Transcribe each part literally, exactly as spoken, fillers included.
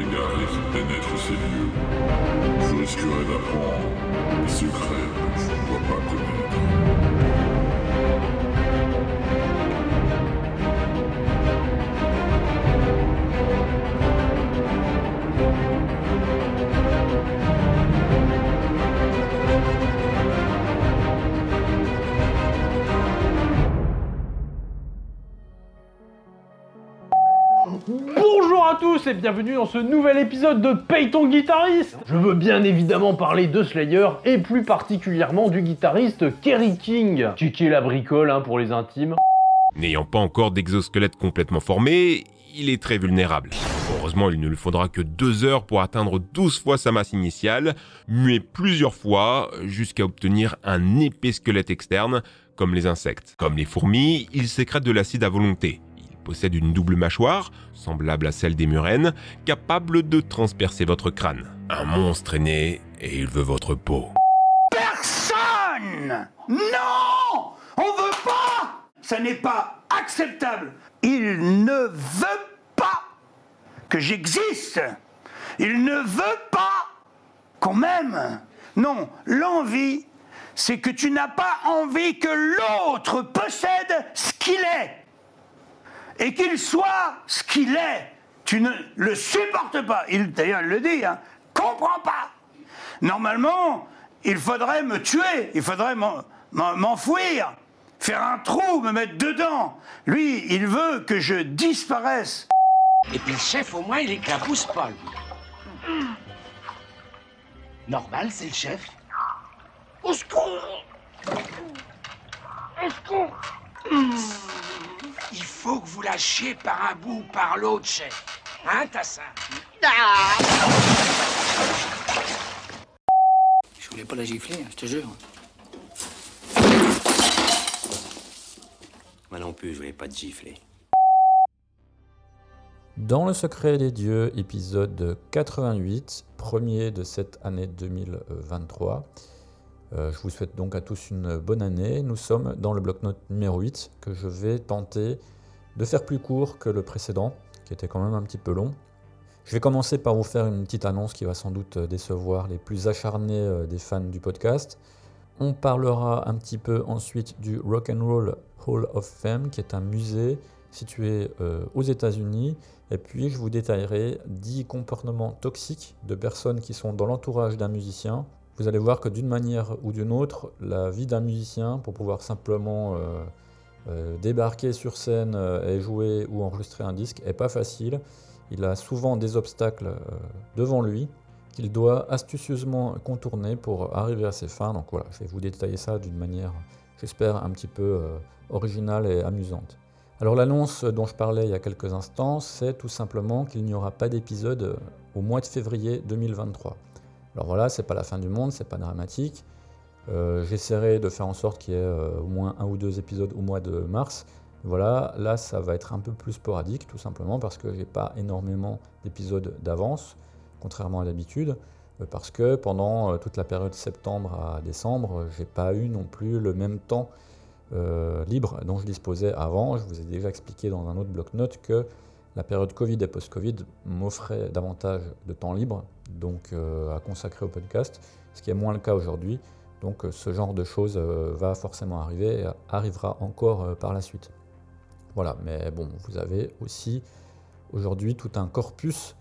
m'égarer, pénètre ces lieux. Je risquerais d'apprendre des secrets que je ne dois pas connaître. Bonjour à tous et bienvenue dans ce nouvel épisode de Paye ton guitariste. Je veux bien évidemment parler de Slayer et plus particulièrement du guitariste Kerry King. Kiki la bricole hein, pour les intimes. N'ayant pas encore d'exosquelette complètement formé, il est très vulnérable. Heureusement, il ne lui faudra que deux heures pour atteindre douze fois sa masse initiale, muer plusieurs fois jusqu'à obtenir un épais squelette externe, comme les insectes. Comme les fourmis, il sécrète de l'acide à volonté. Il possède une double mâchoire, semblable à celle des murènes, capable de transpercer votre crâne. Un monstre est né et il veut votre peau. Personne! Non! On veut pas! Ça n'est pas acceptable. Il ne veut pas que j'existe. Il ne veut pas qu'on m'aime. Non, l'envie, c'est que tu n'as pas envie que l'autre possède ce qu'il est. Et qu'il soit ce qu'il est. Tu ne le supportes pas. Il, d'ailleurs, il le dit, hein. Comprends pas. Normalement, il faudrait me tuer. Il faudrait m'en, m'en, m'enfouir. Faire un trou, me mettre dedans. Lui, il veut que je disparaisse. Et puis le chef, au moins, il éclabousse pas, lui. Normal, c'est le chef. Au secours! Au secours! Il faut que vous lâchiez par un bout ou par l'autre, chef. Hein, Tassin? Je voulais pas la gifler, je te jure. Moi non plus, je voulais pas te gifler. Dans le secret des dieux, épisode quatre-vingt-huit, premier de cette année deux mille vingt-trois. Euh, je vous souhaite donc à tous une bonne année. Nous sommes dans le bloc-notes numéro huit que je vais tenter de faire plus court que le précédent, qui était quand même un petit peu long. Je vais commencer par vous faire une petite annonce qui va sans doute décevoir les plus acharnés des fans du podcast. On parlera un petit peu ensuite du Rock and Roll Hall of Fame, qui est un musée situé euh, aux États-Unis. Et puis je vous détaillerai dix comportements toxiques de personnes qui sont dans l'entourage d'un musicien. Vous allez voir que d'une manière ou d'une autre, la vie d'un musicien, pour pouvoir simplement euh, euh, débarquer sur scène euh, et jouer ou enregistrer un disque, n'est pas facile. Il a souvent des obstacles euh, devant lui qu'il doit astucieusement contourner pour arriver à ses fins. Donc voilà, je vais vous détailler ça d'une manière, j'espère, un petit peu euh, originale et amusante. Alors l'annonce dont je parlais il y a quelques instants, c'est tout simplement qu'il n'y aura pas d'épisode au mois de février deux mille vingt-trois. Alors voilà, c'est pas la fin du monde, c'est pas dramatique. Euh, j'essaierai de faire en sorte qu'il y ait euh, au moins un ou deux épisodes au mois de mars. Voilà, là ça va être un peu plus sporadique, tout simplement parce que j'ai pas énormément d'épisodes d'avance, contrairement à d'habitude, euh, parce que pendant euh, toute la période septembre à décembre, j'ai pas eu non plus le même temps euh, libre dont je disposais avant. Je vous ai déjà expliqué dans un autre bloc-notes que la période Covid et post-Covid m'offrait davantage de temps libre, donc euh, à consacrer au podcast, ce qui est moins le cas aujourd'hui. Donc euh, ce genre de choses euh, va forcément arriver et arrivera encore euh, par la suite. Voilà, mais bon, vous avez aussi aujourd'hui tout un corpus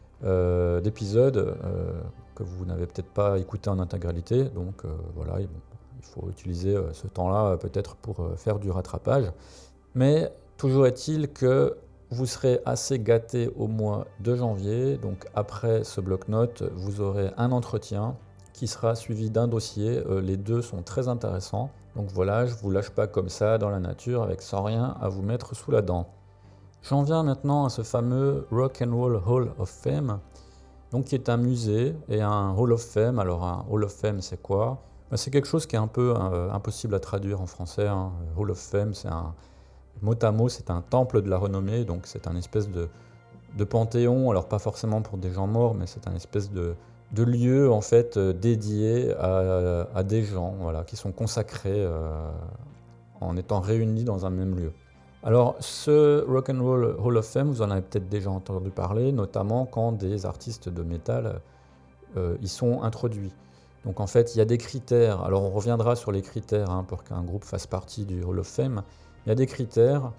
euh, d'épisodes euh, que vous n'avez peut-être pas écouté en intégralité, donc euh, voilà, il, il faut utiliser euh, ce temps-là euh, peut-être pour euh, faire du rattrapage. Mais toujours est-il que vous serez assez gâté au mois de janvier, donc après ce bloc-notes, vous aurez un entretien qui sera suivi d'un dossier. Euh, les deux sont très intéressants. Donc voilà, je ne vous lâche pas comme ça dans la nature avec sans rien à vous mettre sous la dent. J'en viens maintenant à ce fameux Rock and Roll Hall of Fame, donc qui est un musée et un Hall of Fame. Alors un Hall of Fame, c'est quoi? Ben, c'est quelque chose qui est un peu euh, impossible à traduire en français. Hein. Hall of Fame, c'est un mot à mot, c'est un temple de la renommée, donc c'est un espèce de, de panthéon, alors pas forcément pour des gens morts, mais c'est un espèce de, de lieu en fait euh, dédié à, à des gens, voilà, qui sont consacrés euh, en étant réunis dans un même lieu. Alors, ce Rock'n'Roll Hall of Fame, vous en avez peut-être déjà entendu parler, notamment quand des artistes de métal euh, y sont introduits. Donc en fait, il y a des critères, alors on reviendra sur les critères hein, pour qu'un groupe fasse partie du Hall of Fame. Il y a des critères,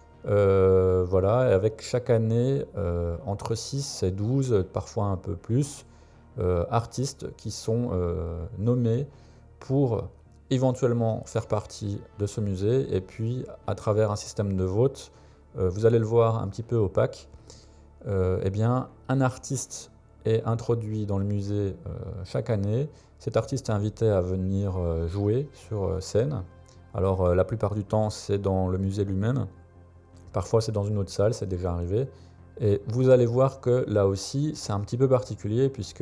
euh, voilà, et avec chaque année, euh, entre six et douze, parfois un peu plus, euh, artistes qui sont euh, nommés pour éventuellement faire partie de ce musée, et puis à travers un système de vote, euh, vous allez le voir un petit peu opaque, euh, eh bien, un artiste est introduit dans le musée euh, chaque année. Cet artiste est invité à venir euh, jouer sur euh, scène. Alors euh, la plupart du temps c'est dans le musée lui-même, parfois c'est dans une autre salle, c'est déjà arrivé. Et vous allez voir que là aussi c'est un petit peu particulier puisque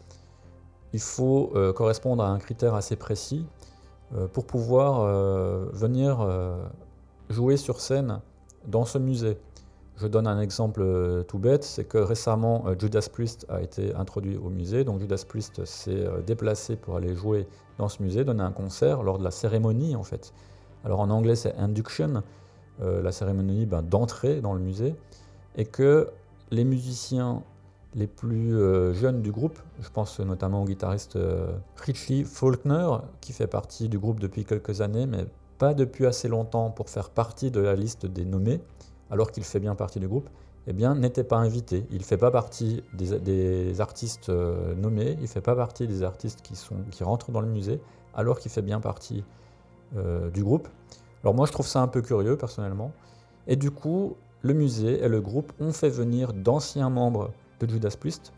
il faut euh, correspondre à un critère assez précis euh, pour pouvoir euh, venir euh, jouer sur scène dans ce musée. Je donne un exemple euh, tout bête, c'est que récemment euh, Judas Priest a été introduit au musée, donc Judas Priest s'est euh, déplacé pour aller jouer dans ce musée, donner un concert lors de la cérémonie en fait. Alors en anglais c'est induction, euh, la cérémonie ben, d'entrée dans le musée, et que les musiciens les plus euh, jeunes du groupe, je pense notamment au guitariste euh, Richie Faulkner, qui fait partie du groupe depuis quelques années, mais pas depuis assez longtemps pour faire partie de la liste des nommés, alors qu'il fait bien partie du groupe, eh bien, n'était pas invité. Il ne fait pas partie des, des artistes euh, nommés, il ne fait pas partie des artistes qui, sont, qui rentrent dans le musée, alors qu'il fait bien partie euh, du groupe. Alors moi, je trouve ça un peu curieux, personnellement. Et du coup, le musée et le groupe ont fait venir d'anciens membres de Judas Priest,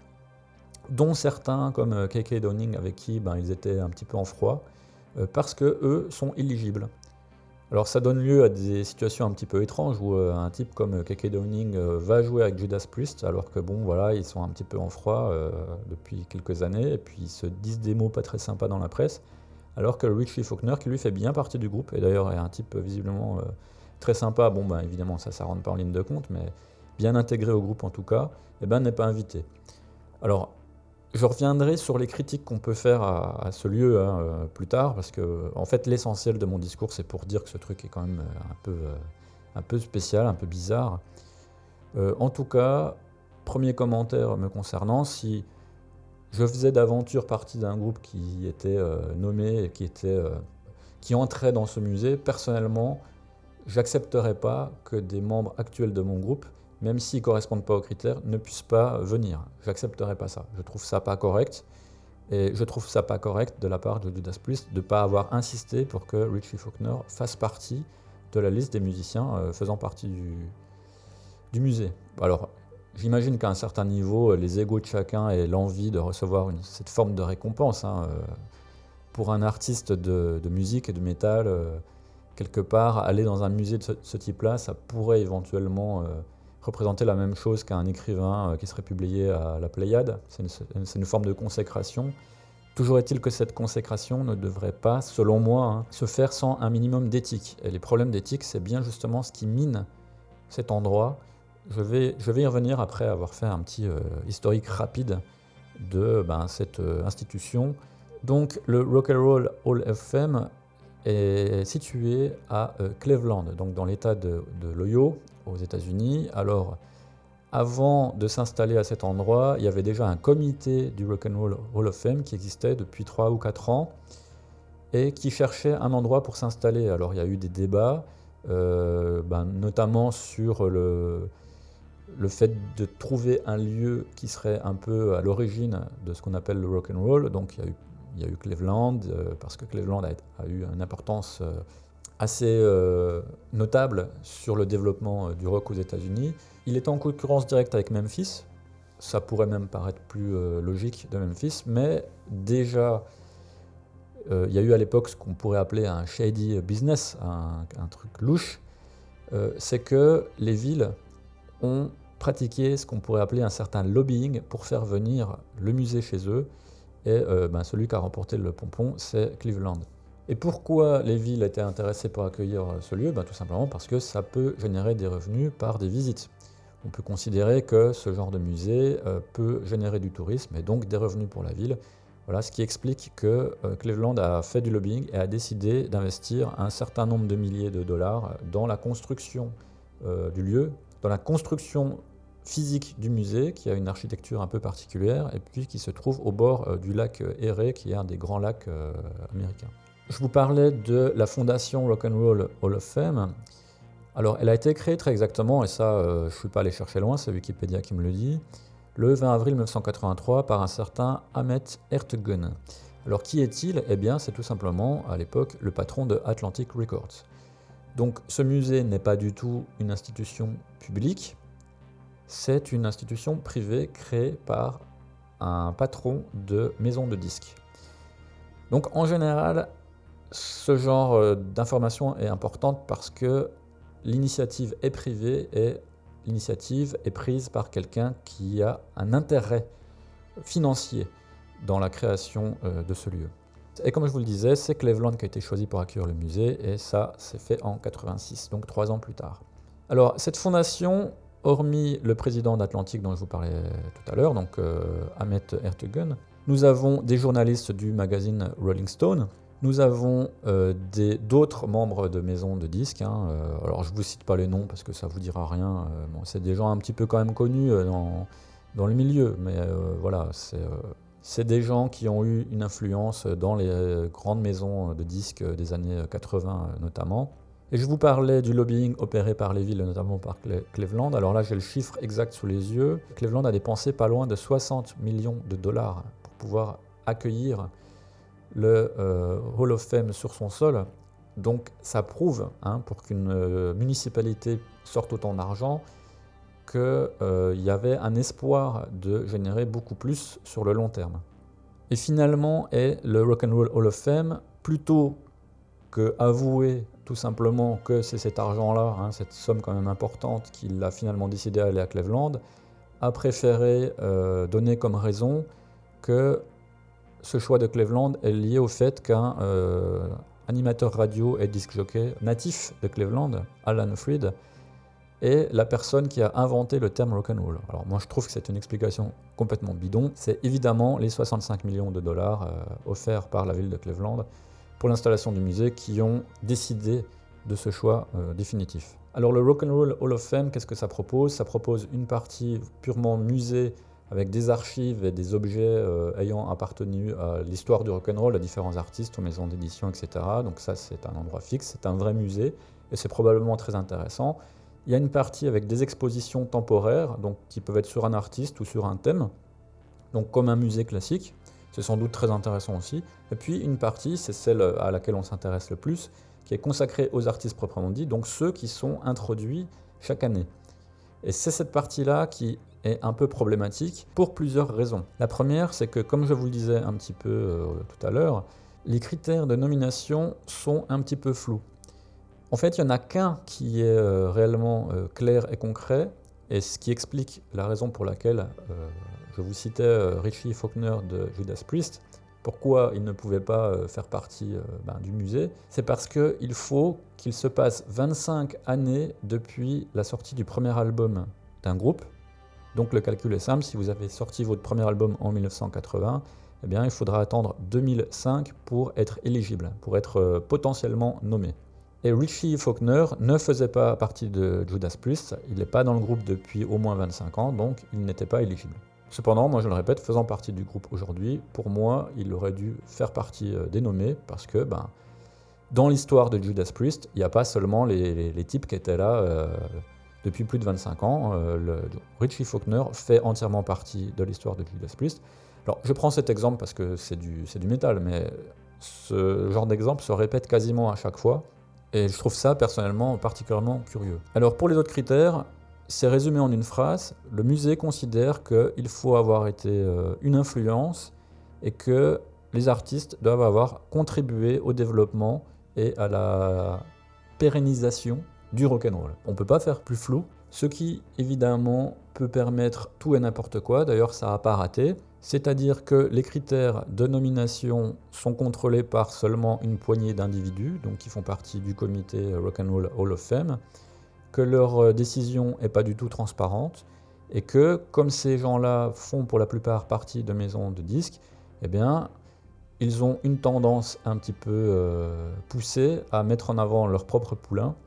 dont certains, comme K K Downing, avec qui ben, ils étaient un petit peu en froid, euh, parce qu'eux sont éligibles. Alors ça donne lieu à des situations un petit peu étranges où euh, un type comme K K Downing euh, va jouer avec Judas Priest alors que bon voilà ils sont un petit peu en froid euh, depuis quelques années et puis ils se disent des mots pas très sympas dans la presse, alors que Richie Faulkner qui lui fait bien partie du groupe et d'ailleurs est un type visiblement euh, très sympa, bon ben évidemment ça ça rentre pas en ligne de compte mais bien intégré au groupe en tout cas, et ben n'est pas invité. Alors je reviendrai sur les critiques qu'on peut faire à, à ce lieu hein, euh, plus tard, parce que en fait l'essentiel de mon discours c'est pour dire que ce truc est quand même euh, un, peu, euh, un peu spécial, un peu bizarre. Euh, en tout cas, premier commentaire me concernant, si je faisais d'aventure partie d'un groupe qui était euh, nommé et qui, était, euh, qui entrait dans ce musée, personnellement, j'accepterais pas que des membres actuels de mon groupe, même s'ils ne correspondent pas aux critères, ne puissent pas venir. Je n'accepterai pas ça. Je trouve ça pas correct. Et je trouve ça pas correct de la part de Judas Priest de ne pas avoir insisté pour que Richie Faulkner fasse partie de la liste des musiciens euh, faisant partie du, du musée. Alors, j'imagine qu'à un certain niveau, les égos de chacun et l'envie de recevoir une, cette forme de récompense. Hein, euh, pour un artiste de, de musique et de métal, euh, quelque part, aller dans un musée de ce, ce type-là, ça pourrait éventuellement... Euh, représenter la même chose qu'un écrivain qui serait publié à la Pléiade. C'est une, c'est une forme de consécration. Toujours est-il que cette consécration ne devrait pas, selon moi, hein, se faire sans un minimum d'éthique. Et les problèmes d'éthique, c'est bien justement ce qui mine cet endroit. Je vais, je vais y revenir après avoir fait un petit euh, historique rapide de ben, cette euh, institution. Donc le Rock'n'Roll Hall of Fame est situé à euh, Cleveland, donc dans l'état de, de l'Ohio, aux États-Unis. Alors, avant de s'installer à cet endroit, il y avait déjà un comité du Rock'n'Roll Hall of Fame qui existait depuis trois ou quatre ans et qui cherchait un endroit pour s'installer. Alors, il y a eu des débats, euh, ben, notamment sur le, le fait de trouver un lieu qui serait un peu à l'origine de ce qu'on appelle le rock'n'roll. Donc, il y a eu, il y a eu Cleveland, euh, parce que Cleveland a, a eu une importance... Euh, assez euh, notable sur le développement euh, du rock aux États-Unis. Il est en concurrence directe avec Memphis, ça pourrait même paraître plus euh, logique de Memphis, mais déjà, euh, il y a eu à l'époque ce qu'on pourrait appeler un shady business, un, un truc louche, euh, c'est que les villes ont pratiqué ce qu'on pourrait appeler un certain lobbying pour faire venir le musée chez eux, et euh, ben, celui qui a remporté le pompon, c'est Cleveland. Et pourquoi les villes étaient intéressées pour accueillir ce lieu ? Ben, tout simplement parce que ça peut générer des revenus par des visites. On peut considérer que ce genre de musée euh, peut générer du tourisme et donc des revenus pour la ville. Voilà ce qui explique que euh, Cleveland a fait du lobbying et a décidé d'investir un certain nombre de milliers de dollars dans la construction euh, du lieu, dans la construction physique du musée, qui a une architecture un peu particulière, et puis qui se trouve au bord euh, du lac Erie, qui est un des grands lacs euh, américains. Je vous parlais de la fondation Rock'n'Roll Hall of Fame. Alors, elle a été créée très exactement, et ça, euh, je ne suis pas allé chercher loin, c'est Wikipédia qui me le dit, le vingt avril mille neuf cent quatre-vingt-trois par un certain Ahmet Ertegun. Alors, qui est-il? Eh bien, c'est tout simplement, à l'époque, le patron de Atlantic Records. Donc, ce musée n'est pas du tout une institution publique, c'est une institution privée créée par un patron de maison de disques. Donc, en général, ce genre d'information est importante parce que l'initiative est privée et l'initiative est prise par quelqu'un qui a un intérêt financier dans la création de ce lieu. Et comme je vous le disais, c'est Cleveland qui a été choisi pour accueillir le musée, et ça, c'est fait en quatre-vingt-six, donc trois ans plus tard. Alors, cette fondation, hormis le président d'Atlantic dont je vous parlais tout à l'heure, donc euh, Ahmet Ertegun, nous avons des journalistes du magazine Rolling Stone, nous avons euh, d'autres membres de maisons de disques, hein, euh, alors je ne vous cite pas les noms parce que ça ne vous dira rien, euh, bon, c'est des gens un petit peu quand même connus euh, dans, dans le milieu, mais euh, voilà, c'est... Euh, C'est des gens qui ont eu une influence dans les grandes maisons de disques des années quatre-vingt notamment. Et je vous parlais du lobbying opéré par les villes, notamment par Cleveland. Alors là, j'ai le chiffre exact sous les yeux. Cleveland a dépensé pas loin de soixante millions de dollars pour pouvoir accueillir le euh, Hall of Fame sur son sol. Donc ça prouve, hein, pour qu'une euh, municipalité sorte autant d'argent, qu'il euh, y avait un espoir de générer beaucoup plus sur le long terme. Et finalement, est le Rock'n'Roll Hall of Fame, plutôt que avouer tout simplement que c'est cet argent-là, hein, cette somme quand même importante, qu'il a finalement décidé d'aller à Cleveland, a préféré euh, donner comme raison que ce choix de Cleveland est lié au fait qu'un euh, animateur radio et disc jockey natif de Cleveland, Alan Freed, et la personne qui a inventé le terme rock'n'roll. Alors moi je trouve que c'est une explication complètement bidon. C'est évidemment les soixante-cinq millions de dollars euh, offerts par la ville de Cleveland pour l'installation du musée qui ont décidé de ce choix euh, définitif. Alors le Rock'n'Roll Hall of Fame, qu'est-ce que ça propose? Ça propose une partie purement musée avec des archives et des objets euh, ayant appartenu à l'histoire du rock'n'roll, à différents artistes, aux maisons d'édition, et cetera. Donc ça c'est un endroit fixe, c'est un vrai musée et c'est probablement très intéressant. Il y a une partie avec des expositions temporaires, donc qui peuvent être sur un artiste ou sur un thème, donc comme un musée classique, c'est sans doute très intéressant aussi. Et puis une partie, c'est celle à laquelle on s'intéresse le plus, qui est consacrée aux artistes proprement dit, donc ceux qui sont introduits chaque année. Et c'est cette partie-là qui est un peu problématique pour plusieurs raisons. La première, c'est que, comme je vous le disais un petit peu euh, tout à l'heure, les critères de nomination sont un petit peu flous. En fait, il n'y en a qu'un qui est euh, réellement euh, clair et concret, et ce qui explique la raison pour laquelle euh, je vous citais euh, Richie Faulkner de Judas Priest, pourquoi il ne pouvait pas euh, faire partie euh, ben, du musée, c'est parce qu'il faut qu'il se passe vingt-cinq années depuis la sortie du premier album d'un groupe. Donc le calcul est simple, si vous avez sorti votre premier album en mille neuf cent quatre-vingts, eh bien, il faudra attendre deux mille cinq pour être éligible, pour être euh, potentiellement nommé. Et Richie Faulkner ne faisait pas partie de Judas Priest, il n'est pas dans le groupe depuis au moins vingt-cinq ans, donc il n'était pas éligible. Cependant, moi je le répète, faisant partie du groupe aujourd'hui, pour moi, il aurait dû faire partie des nommés, parce que ben, dans l'histoire de Judas Priest, il n'y a pas seulement les, les, les types qui étaient là euh, depuis plus de vingt-cinq ans. Euh, le, Richie Faulkner fait entièrement partie de l'histoire de Judas Priest. Alors je prends cet exemple parce que c'est du, c'est du métal, mais ce genre d'exemple se répète quasiment à chaque fois. Et je trouve ça personnellement particulièrement curieux. Alors pour les autres critères, c'est résumé en une phrase. Le musée considère qu'il faut avoir été euh, une influence et que les artistes doivent avoir contribué au développement et à la pérennisation du rock'n'roll. On ne peut pas faire plus flou, ce qui évidemment peut permettre tout et n'importe quoi, d'ailleurs ça n'a pas raté. C'est-à-dire que les critères de nomination sont contrôlés par seulement une poignée d'individus, donc qui font partie du comité Rock'n'Roll Hall of Fame, que leur décision n'est pas du tout transparente, et que, comme ces gens-là font pour la plupart partie de maisons de disques, eh bien, ils ont une tendance un petit peu euh, poussée à mettre en avant leur propre poulain,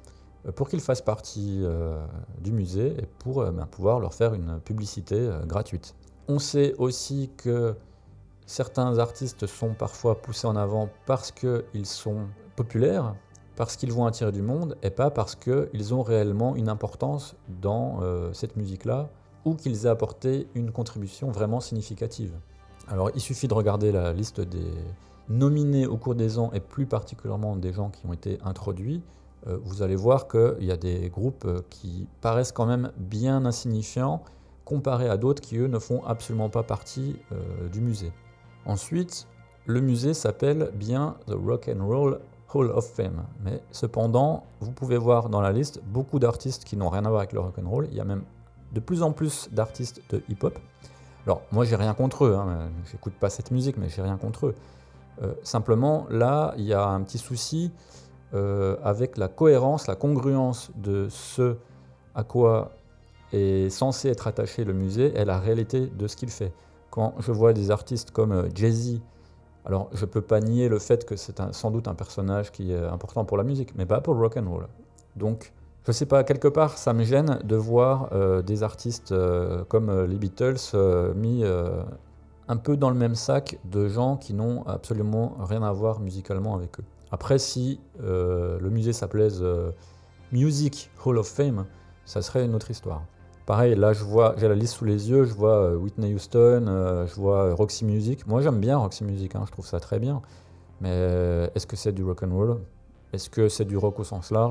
euh, pour qu'ils fassent partie euh, du musée et pour euh, ben, pouvoir leur faire une publicité euh, gratuite. On sait aussi que certains artistes sont parfois poussés en avant parce qu'ils sont populaires, parce qu'ils vont attirer du monde et pas parce qu'ils ont réellement une importance dans euh, cette musique-là ou qu'ils aient apporté une contribution vraiment significative. Alors il suffit de regarder la liste des nominés au cours des ans et plus particulièrement des gens qui ont été introduits. Euh, vous allez voir qu'il y a des groupes euh, qui paraissent quand même bien insignifiants comparés à d'autres qui eux ne font absolument pas partie euh, du musée. Ensuite, le musée s'appelle bien The Rock and Roll Hall of Fame. Mais cependant, vous pouvez voir dans la liste beaucoup d'artistes qui n'ont rien à voir avec le rock and roll. Il y a même de plus en plus d'artistes de hip-hop. Alors, moi, j'ai rien contre eux. Hein. J'écoute pas cette musique, mais j'ai rien contre eux. Euh, simplement, là, il y a un petit souci euh, avec la cohérence, la congruence de ce à quoi est censé être attaché le musée et la réalité de ce qu'il fait. Quand je vois des artistes comme Jay-Z, alors je ne peux pas nier le fait que c'est un, sans doute un personnage qui est important pour la musique, mais pas pour le rock and roll. Donc, je ne sais pas, quelque part, ça me gêne de voir euh, des artistes euh, comme euh, les Beatles euh, mis euh, un peu dans le même sac de gens qui n'ont absolument rien à voir musicalement avec eux. Après, si euh, le musée s'appelait euh, Music Hall of Fame, ça serait une autre histoire. Pareil, là, je vois, j'ai la liste sous les yeux, je vois Whitney Houston, euh, je vois Roxy Music. Moi, j'aime bien Roxy Music, hein, je trouve ça très bien. Mais euh, est-ce que c'est du rock and roll ? Est-ce que c'est du rock au sens large ?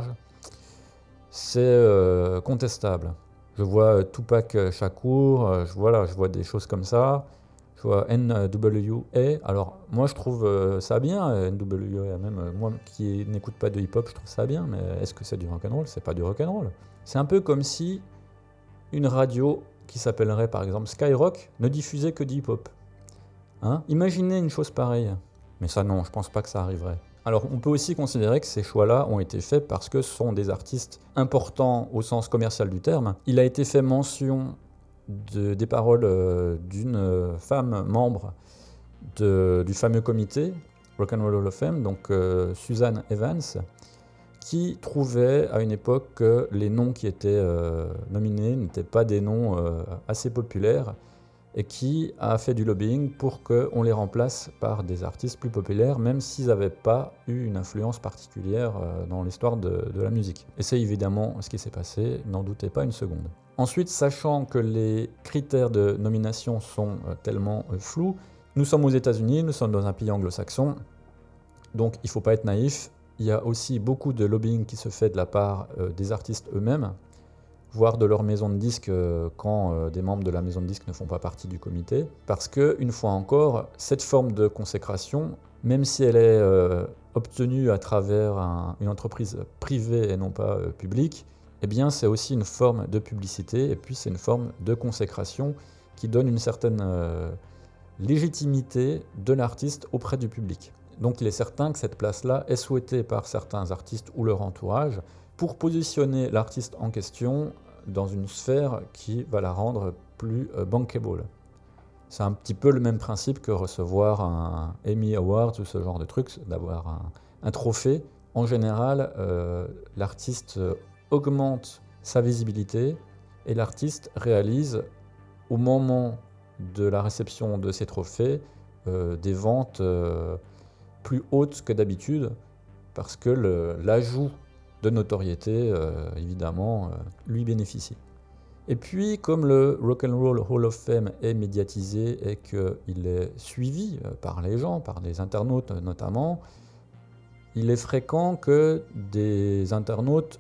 C'est euh, contestable. Je vois euh, Tupac Shakur, euh, je, vois, là, je vois des choses comme ça. Je vois N W A. Alors, moi, je trouve euh, ça bien, N W A. Même euh, moi qui n'écoute pas de hip-hop, je trouve ça bien. Mais est-ce que c'est du rock and roll ? C'est pas du rock and roll. C'est un peu comme si une radio qui s'appellerait par exemple Skyrock ne diffusait que du hip-hop. Hein ? Imaginez une chose pareille. Mais ça non, je pense pas que ça arriverait. Alors on peut aussi considérer que ces choix-là ont été faits parce que ce sont des artistes importants au sens commercial du terme. Il a été fait mention de, des paroles euh, d'une femme membre de, du fameux comité Rock and Roll Hall of Fame, donc euh, Suzanne Evans, qui trouvait à une époque que les noms qui étaient euh, nominés n'étaient pas des noms euh, assez populaires et qui a fait du lobbying pour qu'on les remplace par des artistes plus populaires, même s'ils n'avaient pas eu une influence particulière euh, dans l'histoire de, de la musique. Et c'est évidemment ce qui s'est passé, n'en doutez pas une seconde. Ensuite, sachant que les critères de nomination sont euh, tellement euh, flous, nous sommes aux États-Unis, nous sommes dans un pays anglo-saxon, donc il ne faut pas être naïf. Il y a aussi beaucoup de lobbying qui se fait de la part euh, des artistes eux-mêmes, voire de leur maison de disques euh, quand euh, des membres de la maison de disques ne font pas partie du comité. Parce que, une fois encore, cette forme de consécration, même si elle est euh, obtenue à travers un, une entreprise privée et non pas euh, publique, eh bien c'est aussi une forme de publicité et puis c'est une forme de consécration qui donne une certaine euh, légitimité de l'artiste auprès du public. Donc il est certain que cette place-là est souhaitée par certains artistes ou leur entourage pour positionner l'artiste en question dans une sphère qui va la rendre plus euh, bankable. C'est un petit peu le même principe que recevoir un Emmy Award ou ce genre de trucs, d'avoir un, un trophée. En général, euh, l'artiste augmente sa visibilité et l'artiste réalise au moment de la réception de ces trophées euh, des ventes euh, plus hautes que d'habitude parce que le, l'ajout de notoriété, euh, évidemment, euh, lui bénéficie. Et puis, comme le Rock and Roll Hall of Fame est médiatisé et qu'il est suivi par les gens, par les internautes notamment, il est fréquent que des internautes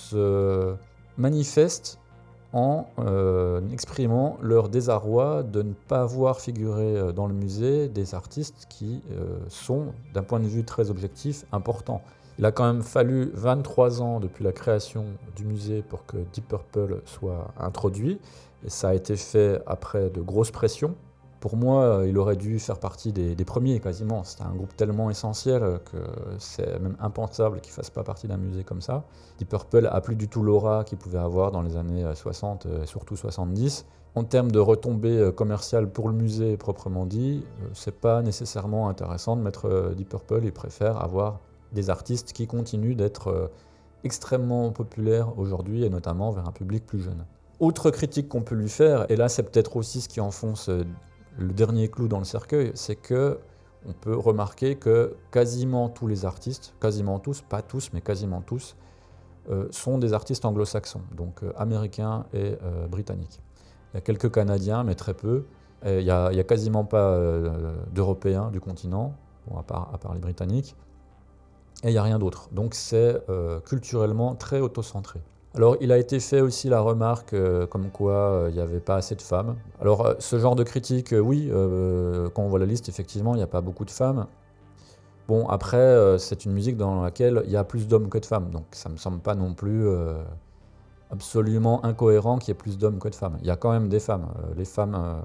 se manifestent en euh, exprimant leur désarroi de ne pas voir figurer dans le musée des artistes qui euh, sont, d'un point de vue très objectif, importants. Il a quand même fallu vingt-trois ans depuis la création du musée pour que Deep Purple soit introduit, et ça a été fait après de grosses pressions. Pour moi, il aurait dû faire partie des, des premiers quasiment. C'était un groupe tellement essentiel que c'est même impensable qu'il ne fasse pas partie d'un musée comme ça. Deep Purple a plus du tout l'aura qu'il pouvait avoir dans les années soixante et surtout soixante-dix. En termes de retombées commerciales pour le musée proprement dit, c'est pas nécessairement intéressant de mettre Deep Purple. Ils préfèrent avoir des artistes qui continuent d'être extrêmement populaire aujourd'hui et notamment vers un public plus jeune. Autre critique qu'on peut lui faire, et là c'est peut-être aussi ce qui enfonce le dernier clou dans le cercueil, c'est que on peut remarquer que quasiment tous les artistes, quasiment tous, pas tous, mais quasiment tous, euh, sont des artistes anglo-saxons, donc euh, américains et euh, britanniques. Il y a quelques Canadiens, mais très peu. Et il n'y a, a quasiment pas euh, d'Européens du continent, bon, à, part, à part les Britanniques. Et il n'y a rien d'autre. Donc c'est euh, culturellement très autocentré. Alors il a été fait aussi la remarque euh, comme quoi euh, il n'y avait pas assez de femmes. Alors euh, ce genre de critique, euh, oui, euh, quand on voit la liste, effectivement, il n'y a pas beaucoup de femmes. Bon, après, euh, c'est une musique dans laquelle il y a plus d'hommes que de femmes. Donc ça ne me semble pas non plus euh, absolument incohérent qu'il y ait plus d'hommes que de femmes. Il y a quand même des femmes. Euh, les femmes euh,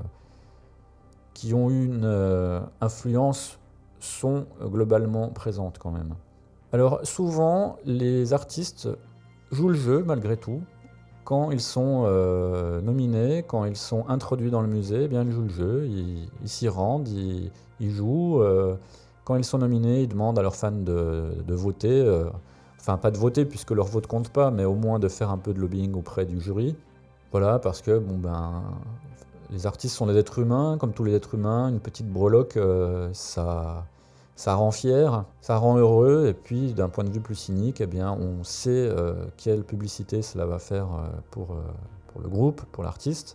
qui ont eu une euh, influence sont euh, globalement présentes quand même. Alors souvent, les artistes jouent le jeu malgré tout. Quand ils sont euh, nominés, quand ils sont introduits dans le musée, eh bien ils jouent le jeu, ils, ils s'y rendent, ils, ils jouent. Euh, quand ils sont nominés, ils demandent à leurs fans de, de voter. Euh, enfin, pas de voter puisque leur vote compte pas, mais au moins de faire un peu de lobbying auprès du jury. Voilà, parce que bon ben, les artistes sont des êtres humains, comme tous les êtres humains. Une petite breloque, euh, ça... Ça rend fier, ça rend heureux, et puis d'un point de vue plus cynique, eh bien, on sait euh, quelle publicité cela va faire euh, pour, euh, pour le groupe, pour l'artiste.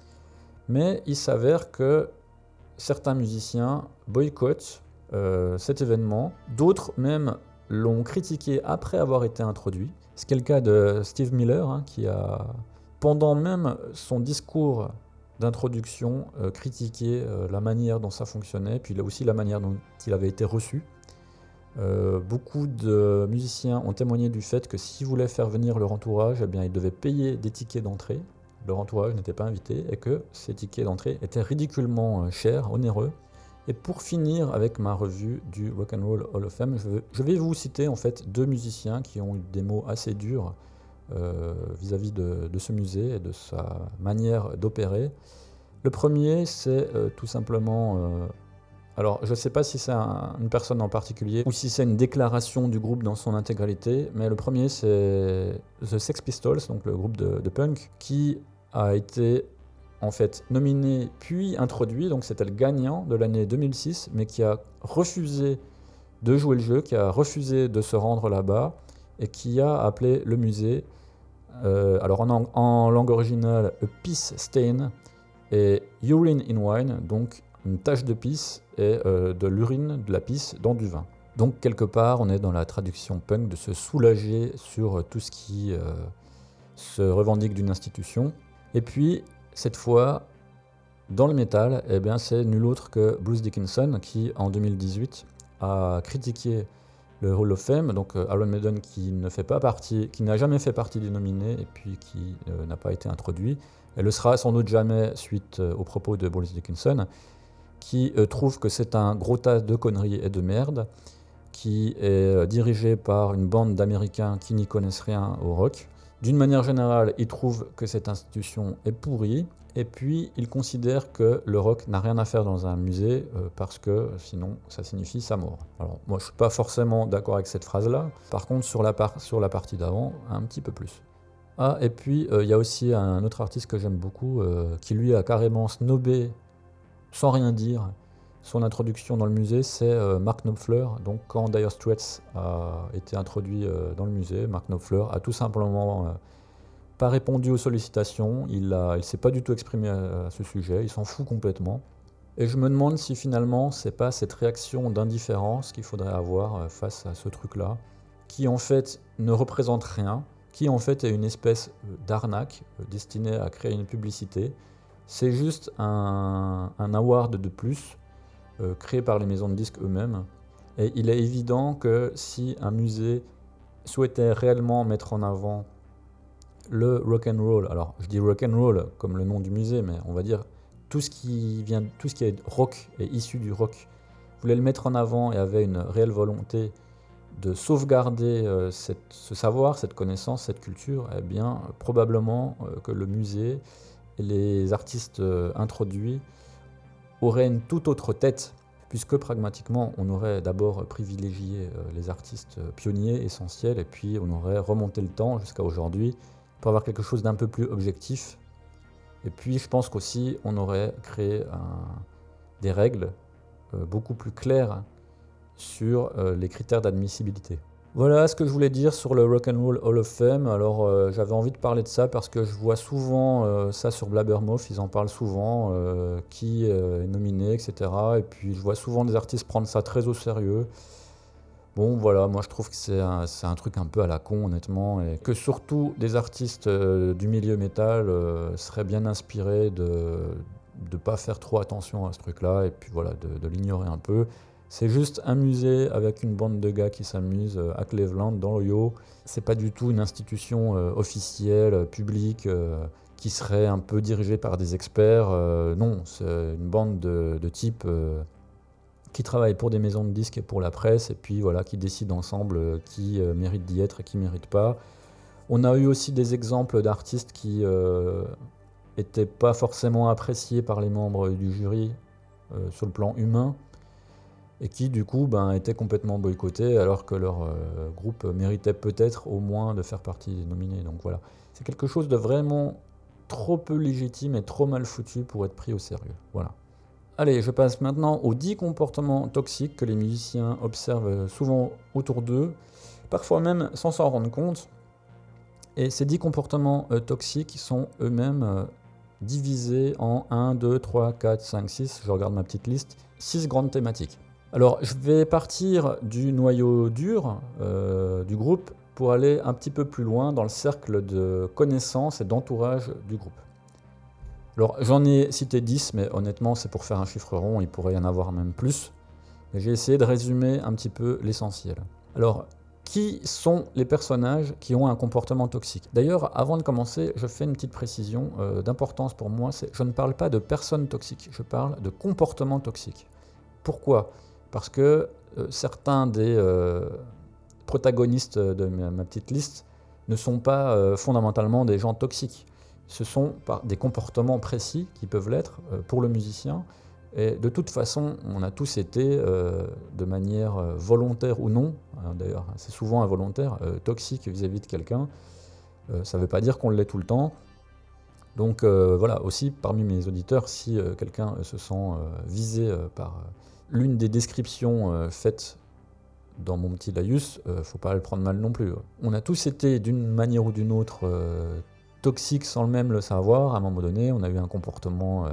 Mais il s'avère que certains musiciens boycottent euh, cet événement, d'autres même l'ont critiqué après avoir été introduit. C'est le cas de Steve Miller, hein, qui a, pendant même son discours d'introduction, euh, critiquer euh, la manière dont ça fonctionnait, puis aussi la manière dont il avait été reçu. Euh, beaucoup de musiciens ont témoigné du fait que s'ils voulaient faire venir leur entourage, eh bien, ils devaient payer des tickets d'entrée. Leur entourage n'était pas invité et que ces tickets d'entrée étaient ridiculement chers, onéreux. Et pour finir avec ma revue du Rock and Roll Hall of Fame, je vais, je vais vous citer en fait deux musiciens qui ont eu des mots assez durs Euh, vis-à-vis de, de ce musée et de sa manière d'opérer. Le premier, c'est euh, tout simplement... Euh, alors, je ne sais pas si c'est un, une personne en particulier ou si c'est une déclaration du groupe dans son intégralité, mais le premier, c'est The Sex Pistols, donc le groupe de, de punk, qui a été en fait nominé puis introduit, donc c'était le gagnant de l'année deux mille six, mais qui a refusé de jouer le jeu, qui a refusé de se rendre là-bas, et qui a appelé le musée, euh, alors en, en langue originale, a piss stain et urine in wine, donc une tache de pisse et euh, de l'urine, de la pisse dans du vin. Donc quelque part, on est dans la traduction punk de se soulager sur tout ce qui euh, se revendique d'une institution. Et puis, cette fois, dans le métal, eh bien, c'est nul autre que Bruce Dickinson qui, en deux mille dix-huit, a critiqué le Hall of Fame, donc euh, Iron Maiden qui ne fait pas partie, qui n'a jamais fait partie des nominés et puis qui euh, n'a pas été introduit. Elle le sera sans doute jamais suite euh, aux propos de Bruce Dickinson, qui euh, trouve que c'est un gros tas de conneries et de merde, qui est euh, dirigé par une bande d'Américains qui n'y connaissent rien au rock. D'une manière générale, il trouve que cette institution est pourrie, et puis il considère que le rock n'a rien à faire dans un musée euh, parce que sinon ça signifie sa mort. Alors moi je suis pas forcément d'accord avec cette phrase-là, par contre sur la, par- sur la partie d'avant, un petit peu plus. Ah, et puis il euh, y a aussi un autre artiste que j'aime beaucoup, euh, qui lui a carrément snobé, sans rien dire, son introduction dans le musée, c'est euh, Mark Knopfler. Donc quand Dire Straits a été introduit euh, dans le musée, Mark Knopfler a tout simplement... Euh, pas répondu aux sollicitations, il ne il s'est pas du tout exprimé à, à ce sujet, il s'en fout complètement. Et je me demande si finalement c'est pas cette réaction d'indifférence qu'il faudrait avoir face à ce truc-là, qui en fait ne représente rien, qui en fait est une espèce d'arnaque destinée à créer une publicité. C'est juste un, un award de plus, euh, créé par les maisons de disques eux-mêmes. Et il est évident que si un musée souhaitait réellement mettre en avant le rock and roll, alors je dis rock and roll comme le nom du musée, mais on va dire tout ce qui vient, tout ce qui est rock et issu du rock, voulait le mettre en avant et avait une réelle volonté de sauvegarder euh, cette, ce savoir, cette connaissance, cette culture, eh bien probablement euh, que le musée et les artistes euh, introduits auraient une toute autre tête, puisque pragmatiquement, on aurait d'abord privilégié euh, les artistes pionniers, essentiels, et puis on aurait remonté le temps jusqu'à aujourd'hui pour avoir quelque chose d'un peu plus objectif. Et puis je pense qu'aussi on aurait créé un, des règles euh, beaucoup plus claires sur euh, les critères d'admissibilité. Voilà ce que je voulais dire sur le Rock and Roll Hall of Fame. Alors euh, j'avais envie de parler de ça parce que je vois souvent euh, ça sur Blabbermouth, ils en parlent souvent, euh, qui euh, est nominé, et cetera. Et puis je vois souvent des artistes prendre ça très au sérieux. Bon voilà, moi je trouve que c'est un, c'est un truc un peu à la con honnêtement, et que surtout des artistes euh, du milieu métal euh, seraient bien inspirés de ne pas faire trop attention à ce truc-là, et puis voilà, de, de l'ignorer un peu. C'est juste un musée avec une bande de gars qui s'amusent à Cleveland, dans l'Ohio. C'est pas du tout une institution euh, officielle, publique, euh, qui serait un peu dirigée par des experts. Euh, non, c'est une bande de, de types euh, qui travaillent pour des maisons de disques et pour la presse, et puis voilà, qui décident ensemble euh, qui euh, mérite d'y être et qui mérite pas. On a eu aussi des exemples d'artistes qui euh, étaient pas forcément appréciés par les membres du jury euh, sur le plan humain, et qui du coup ben, étaient complètement boycottés alors que leur euh, groupe méritait peut-être au moins de faire partie des nominés. Donc voilà, c'est quelque chose de vraiment trop peu légitime et trop mal foutu pour être pris au sérieux. Voilà. Allez, je passe maintenant aux dix comportements toxiques que les musiciens observent souvent autour d'eux, parfois même sans s'en rendre compte. Et ces dix comportements euh, toxiques sont eux-mêmes euh, divisés en un, deux, trois, quatre, cinq, six, je regarde ma petite liste, six grandes thématiques. Alors, je vais partir du noyau dur euh, du groupe pour aller un petit peu plus loin dans le cercle de connaissances et d'entourage du groupe. Alors, j'en ai cité dix, mais honnêtement, c'est pour faire un chiffre rond, il pourrait y en avoir même plus. Mais j'ai essayé de résumer un petit peu l'essentiel. Alors, qui sont les personnages qui ont un comportement toxique ? D'ailleurs, avant de commencer, je fais une petite précision euh, d'importance pour moi, c'est je ne parle pas de personnes toxiques, je parle de comportements toxiques. Pourquoi ? Parce que euh, certains des euh, protagonistes de ma, ma petite liste ne sont pas euh, fondamentalement des gens toxiques. Ce sont par des comportements précis qui peuvent l'être euh, pour le musicien. Et de toute façon, on a tous été, euh, de manière euh, volontaire ou non, hein, d'ailleurs c'est souvent involontaire, euh, toxique vis-à-vis de quelqu'un. Euh, ça ne veut pas dire qu'on l'est tout le temps. Donc euh, voilà, aussi parmi mes auditeurs, si euh, quelqu'un euh, se sent euh, visé euh, par euh, l'une des descriptions euh, faites dans mon petit laïus, il euh, ne faut pas le prendre mal non plus. On a tous été d'une manière ou d'une autre euh, toxiques sans le même le savoir. À un moment donné, on a eu un comportement euh,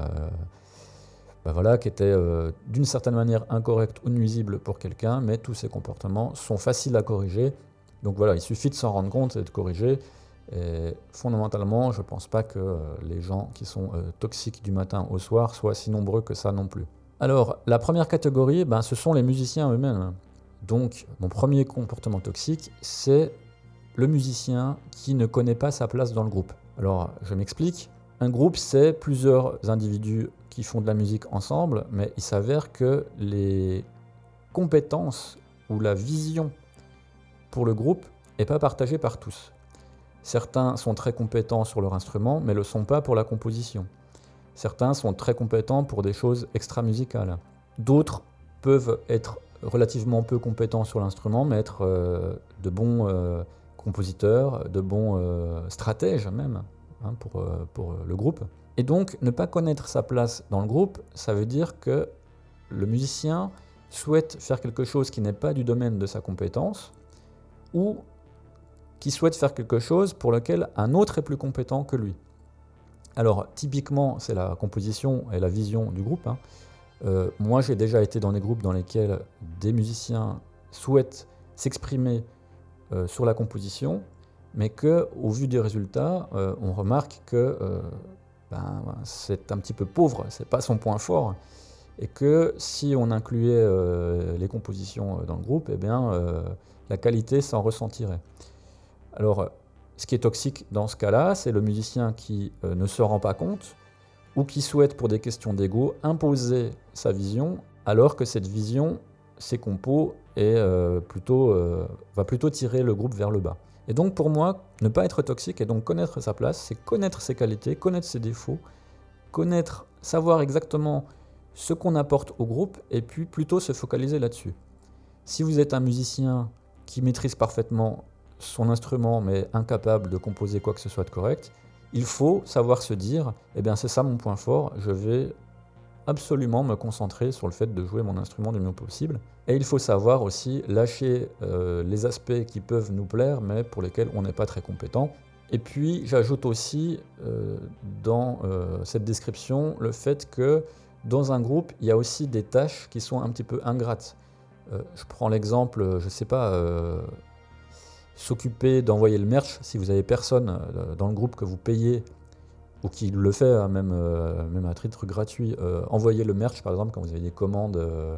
ben voilà, qui était euh, d'une certaine manière incorrect ou nuisible pour quelqu'un, mais tous ces comportements sont faciles à corriger. Donc voilà, il suffit de s'en rendre compte et de corriger. Et fondamentalement, je ne pense pas que euh, les gens qui sont euh, toxiques du matin au soir soient si nombreux que ça non plus. Alors, la première catégorie, ben, ce sont les musiciens eux-mêmes. Donc, mon premier comportement toxique, c'est le musicien qui ne connaît pas sa place dans le groupe. Alors, je m'explique. Un groupe, c'est plusieurs individus qui font de la musique ensemble, mais il s'avère que les compétences ou la vision pour le groupe n'est pas partagée par tous. Certains sont très compétents sur leur instrument, mais ne le sont pas pour la composition. Certains sont très compétents pour des choses extra-musicales. D'autres peuvent être relativement peu compétents sur l'instrument, mais être euh, de bons euh, compositeurs, de bons euh, stratèges même, hein, pour, euh, pour le groupe. Et donc, ne pas connaître sa place dans le groupe, ça veut dire que le musicien souhaite faire quelque chose qui n'est pas du domaine de sa compétence, ou qui souhaite faire quelque chose pour lequel un autre est plus compétent que lui. Alors, typiquement, c'est la composition et la vision du groupe. Hein. Euh, moi, j'ai déjà été dans des groupes dans lesquels des musiciens souhaitent s'exprimer euh, sur la composition, mais qu'au vu des résultats, euh, on remarque que euh, ben, c'est un petit peu pauvre, c'est pas son point fort, et que si on incluait euh, les compositions dans le groupe, eh bien, euh, la qualité s'en ressentirait. Alors, ce qui est toxique dans ce cas-là, c'est le musicien qui euh, ne se rend pas compte ou qui souhaite, pour des questions d'ego, imposer sa vision, alors que cette vision, ses compos, est, euh, plutôt, euh, va plutôt tirer le groupe vers le bas. Et donc pour moi, ne pas être toxique et donc connaître sa place, c'est connaître ses qualités, connaître ses défauts, connaître, savoir exactement ce qu'on apporte au groupe et puis plutôt se focaliser là-dessus. Si vous êtes un musicien qui maîtrise parfaitement son instrument mais incapable de composer quoi que ce soit de correct, il faut savoir se dire « eh bien c'est ça mon point fort, je vais absolument me concentrer sur le fait de jouer mon instrument du mieux possible ». Et il faut savoir aussi lâcher euh, les aspects qui peuvent nous plaire mais pour lesquels on n'est pas très compétent. Et puis j'ajoute aussi euh, dans euh, cette description le fait que dans un groupe, il y a aussi des tâches qui sont un petit peu ingrates. Euh, je prends l'exemple, je ne sais pas, euh, s'occuper d'envoyer le merch si vous n'avez personne euh, dans le groupe que vous payez ou qui le fait, hein, même, euh, même à titre gratuit. Euh, envoyer le merch, par exemple, quand vous avez des commandes euh,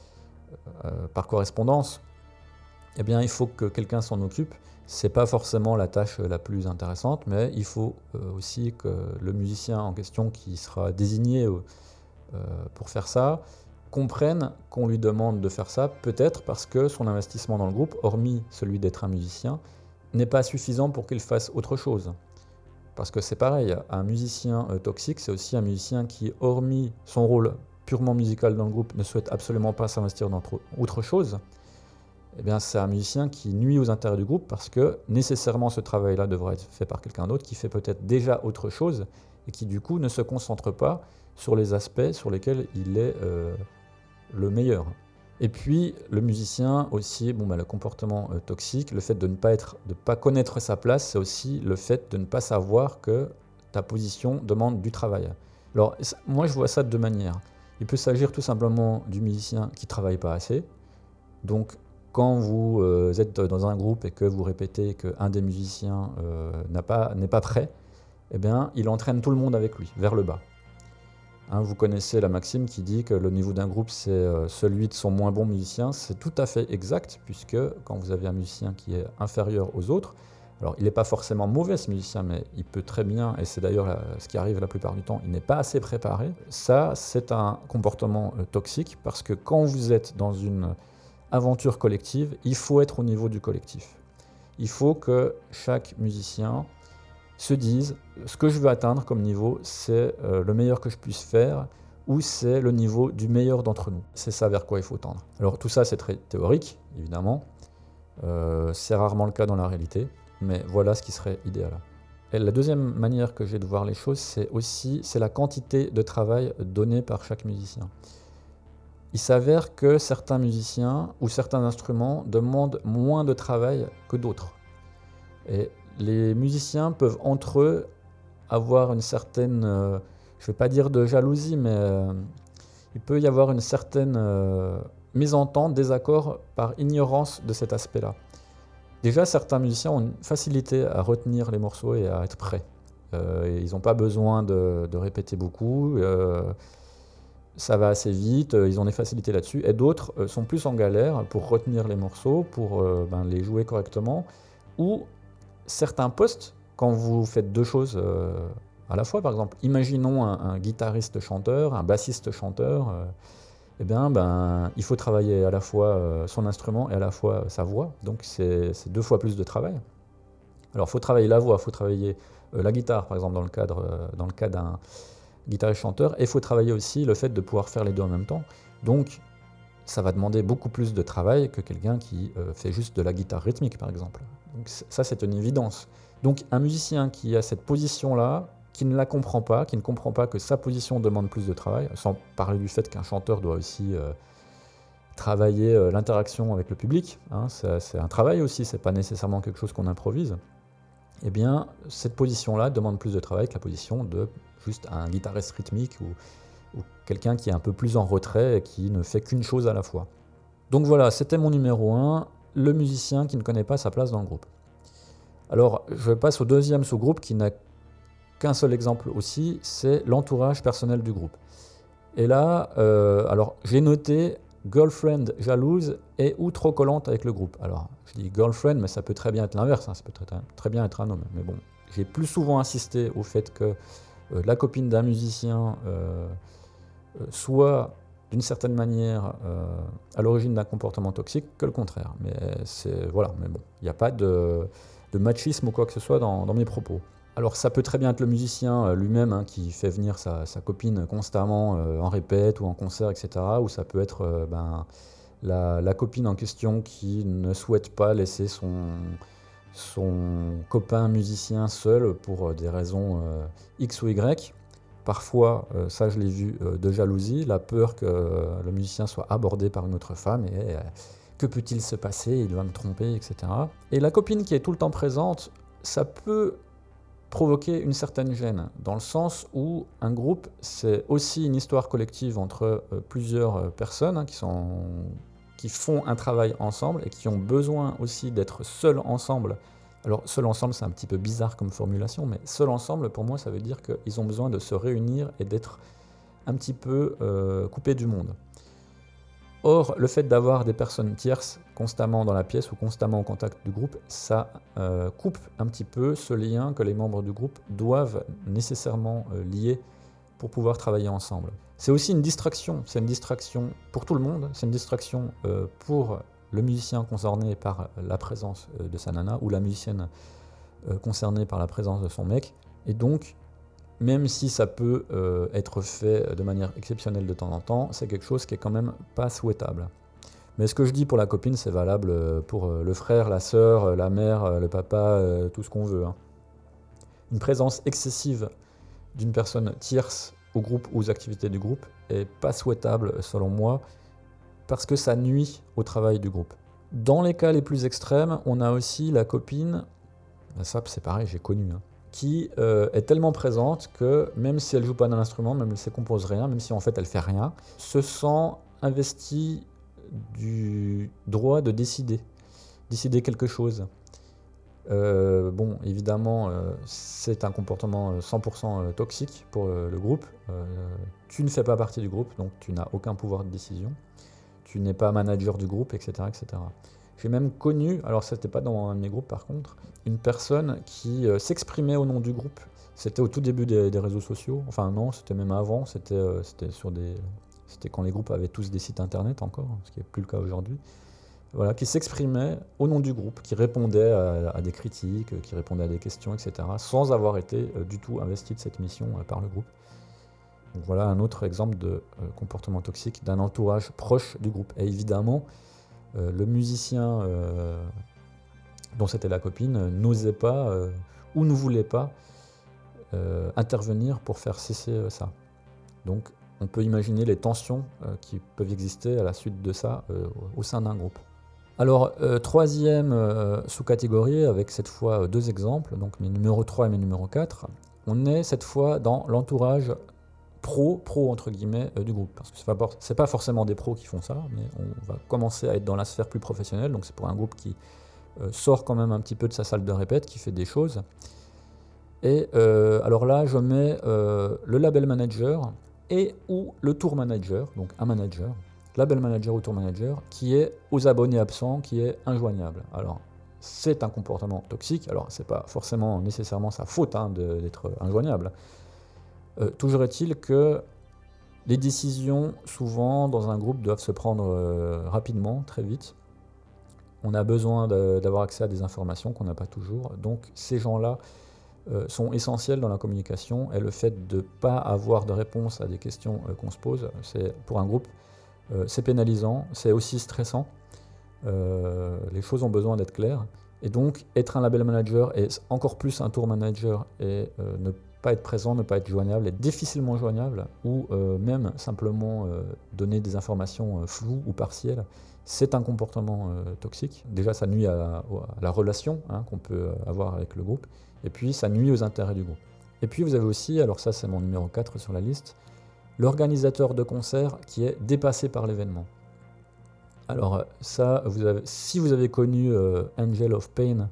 euh, par correspondance, eh bien, il faut que quelqu'un s'en occupe. Ce n'est pas forcément la tâche la plus intéressante, mais il faut euh, aussi que le musicien en question qui sera désigné euh, pour faire ça comprenne qu'on lui demande de faire ça, peut-être parce que son investissement dans le groupe, hormis celui d'être un musicien, n'est pas suffisant pour qu'il fasse autre chose. Parce que c'est pareil, un musicien euh, toxique, c'est aussi un musicien qui, hormis son rôle purement musical dans le groupe, ne souhaite absolument pas s'investir dans autre chose. Eh bien, c'est un musicien qui nuit aux intérêts du groupe parce que nécessairement ce travail-là devrait être fait par quelqu'un d'autre qui fait peut-être déjà autre chose et qui du coup ne se concentre pas sur les aspects sur lesquels il est euh, le meilleur. Et puis le musicien aussi, bon, bah, le comportement euh, toxique, le fait de ne pas être, de pas connaître sa place, c'est aussi le fait de ne pas savoir que ta position demande du travail. Alors moi je vois ça de deux manières. Il peut s'agir tout simplement du musicien qui ne travaille pas assez. Donc quand vous euh, êtes dans un groupe et que vous répétez qu'un des musiciens euh, n'a pas, n'est pas prêt, eh bien, il entraîne tout le monde avec lui, vers le bas. Hein, vous connaissez la maxime qui dit que le niveau d'un groupe, c'est euh, celui de son moins bon musicien. C'est tout à fait exact, puisque quand vous avez un musicien qui est inférieur aux autres, alors il n'est pas forcément mauvais ce musicien, mais il peut très bien, et c'est d'ailleurs la, ce qui arrive la plupart du temps, il n'est pas assez préparé. Ça, c'est un comportement euh, toxique, parce que quand vous êtes dans une aventure collective, il faut être au niveau du collectif. Il faut que chaque musicien se dise ce que je veux atteindre comme niveau, c'est euh, le meilleur que je puisse faire ou c'est le niveau du meilleur d'entre nous. C'est ça vers quoi il faut tendre. Alors tout ça c'est très théorique, évidemment. Euh, c'est rarement le cas dans la réalité, mais voilà ce qui serait idéal. Et la deuxième manière que j'ai de voir les choses, c'est aussi c'est la quantité de travail donnée par chaque musicien. Il s'avère que certains musiciens ou certains instruments demandent moins de travail que d'autres. Et les musiciens peuvent entre eux avoir une certaine, euh, je ne vais pas dire de jalousie, mais euh, il peut y avoir une certaine euh, mésentente, désaccord par ignorance de cet aspect-là. Déjà, certains musiciens ont une facilité à retenir les morceaux et à être prêts. Euh, ils n'ont pas besoin de, de répéter beaucoup. Euh, Ça va assez vite, ils ont des facilités là-dessus, et d'autres euh, sont plus en galère pour retenir les morceaux, pour euh, ben, les jouer correctement, ou certains postes, quand vous faites deux choses euh, à la fois, par exemple, imaginons un, un guitariste-chanteur, un bassiste-chanteur, euh, eh bien, ben, il faut travailler à la fois euh, son instrument et à la fois sa voix, donc c'est, c'est deux fois plus de travail. Alors il faut travailler la voix, il faut travailler euh, la guitare, par exemple, dans le cadre, euh, dans le cas d'un guitariste-chanteur, et il faut travailler aussi le fait de pouvoir faire les deux en même temps. Donc, ça va demander beaucoup plus de travail que quelqu'un qui euh, fait juste de la guitare rythmique, par exemple. Donc, ça, c'est une évidence. Donc, un musicien qui a cette position-là, qui ne la comprend pas, qui ne comprend pas que sa position demande plus de travail, sans parler du fait qu'un chanteur doit aussi euh, travailler euh, l'interaction avec le public, hein, c'est, c'est un travail aussi, c'est pas nécessairement quelque chose qu'on improvise. Eh bien, cette position-là demande plus de travail que la position de juste un guitariste rythmique ou, ou quelqu'un qui est un peu plus en retrait et qui ne fait qu'une chose à la fois. Donc voilà, c'était mon numéro un, le musicien qui ne connaît pas sa place dans le groupe. Alors, je passe au deuxième sous-groupe qui n'a qu'un seul exemple aussi, c'est l'entourage personnel du groupe. Et là, euh, alors j'ai noté girlfriend jalouse et ou trop collante avec le groupe. Alors, je dis girlfriend, mais ça peut très bien être l'inverse, hein, ça peut très, très bien être un homme. Mais bon, j'ai plus souvent insisté au fait que euh, la copine d'un musicien euh, euh, soit d'une certaine manière euh, à l'origine d'un comportement toxique que le contraire. Mais c'est voilà, mais bon, il n'y a pas de, de machisme ou quoi que ce soit dans, dans mes propos. Alors ça peut très bien être le musicien euh, lui-même hein, qui fait venir sa, sa copine constamment euh, en répète ou en concert, et cetera. Ou ça peut être euh, ben, la, la copine en question qui ne souhaite pas laisser son, son copain musicien seul pour des raisons euh, X ou Y. Parfois, euh, ça je l'ai vu, euh, de jalousie, la peur que euh, le musicien soit abordé par une autre femme et euh, que peut-il se passer, il va me tromper, et cetera. Et la copine qui est tout le temps présente, ça peut provoquer une certaine gêne, dans le sens où un groupe, c'est aussi une histoire collective entre euh, plusieurs euh, personnes hein, qui, sont, qui font un travail ensemble et qui ont besoin aussi d'être seuls ensemble. Alors, seul ensemble, c'est un petit peu bizarre comme formulation, mais seul ensemble, pour moi, ça veut dire qu'ils ont besoin de se réunir et d'être un petit peu euh, coupés du monde. Or, le fait d'avoir des personnes tierces constamment dans la pièce ou constamment en contact du groupe, ça euh, coupe un petit peu ce lien que les membres du groupe doivent nécessairement euh, lier pour pouvoir travailler ensemble. C'est aussi une distraction, c'est une distraction pour tout le monde, c'est une distraction euh, pour le musicien concerné par la présence euh, de sa nana ou la musicienne euh, concernée par la présence de son mec, et donc même si ça peut euh, être fait de manière exceptionnelle de temps en temps, c'est quelque chose qui est quand même pas souhaitable. Mais ce que je dis pour la copine, c'est valable pour le frère, la sœur, la mère, le papa, tout ce qu'on veut. Hein. Une présence excessive d'une personne tierce au groupe ou aux activités du groupe est pas souhaitable, selon moi, parce que ça nuit au travail du groupe. Dans les cas les plus extrêmes, on a aussi la copine, ça c'est pareil, j'ai connu, hein, qui euh, est tellement présente que même si elle joue pas d'un instrument, même si elle compose rien, même si en fait elle fait rien, se sent investie du droit de décider, décider quelque chose. Euh, bon, évidemment, euh, c'est un comportement cent pour cent toxique pour euh, le groupe. Euh, tu ne fais pas partie du groupe, donc tu n'as aucun pouvoir de décision. Tu n'es pas manager du groupe, et cetera, et cetera. J'ai même connu, alors ça n'était pas dans un de mes groupes par contre, une personne qui euh, s'exprimait au nom du groupe. C'était au tout début des, des réseaux sociaux, enfin non, c'était même avant, c'était, euh, c'était, sur des, c'était quand les groupes avaient tous des sites internet encore, ce qui n'est plus le cas aujourd'hui. Voilà, qui s'exprimait au nom du groupe, qui répondait à, à des critiques, qui répondait à des questions, et cetera, sans avoir été euh, du tout investi de cette mission euh, par le groupe. Donc voilà un autre exemple de euh, comportement toxique d'un entourage proche du groupe. Et évidemment, Euh, le musicien euh, dont c'était la copine euh, n'osait pas euh, ou ne voulait pas euh, intervenir pour faire cesser euh, ça. Donc on peut imaginer les tensions euh, qui peuvent exister à la suite de ça euh, au sein d'un groupe. Alors euh, troisième euh, sous-catégorie, avec cette fois euh, deux exemples, donc mes numéros trois et mes numéros quatre, on est cette fois dans l'entourage pro, pro entre guillemets, euh, du groupe. Parce que c'est pas, c'est pas forcément des pros qui font ça, mais on va commencer à être dans la sphère plus professionnelle, donc c'est pour un groupe qui euh, sort quand même un petit peu de sa salle de répète, qui fait des choses. Et euh, alors là, je mets euh, le label manager et ou le tour manager, donc un manager, label manager ou tour manager, qui est aux abonnés absents, qui est injoignable. Alors, c'est un comportement toxique, alors c'est pas forcément nécessairement sa faute hein, de, d'être injoignable. Euh, toujours est-il que les décisions, souvent, dans un groupe, doivent se prendre euh, rapidement, très vite. On a besoin de, d'avoir accès à des informations qu'on n'a pas toujours. Donc, ces gens-là euh, sont essentiels dans la communication. Et le fait de ne pas avoir de réponse à des questions euh, qu'on se pose, c'est, pour un groupe, euh, c'est pénalisant, c'est aussi stressant. Euh, les choses ont besoin d'être claires. Et donc, être un label manager et encore plus un tour manager et euh, ne pas être présent, ne pas être joignable, être difficilement joignable ou euh, même simplement euh, donner des informations euh, floues ou partielles, c'est un comportement euh, toxique. Déjà, ça nuit à la, à la relation hein, qu'on peut avoir avec le groupe et puis ça nuit aux intérêts du groupe. Et puis vous avez aussi, alors ça c'est mon numéro quatre sur la liste, l'organisateur de concert qui est dépassé par l'événement. Alors ça, vous avez, si vous avez connu euh, Angel of Pain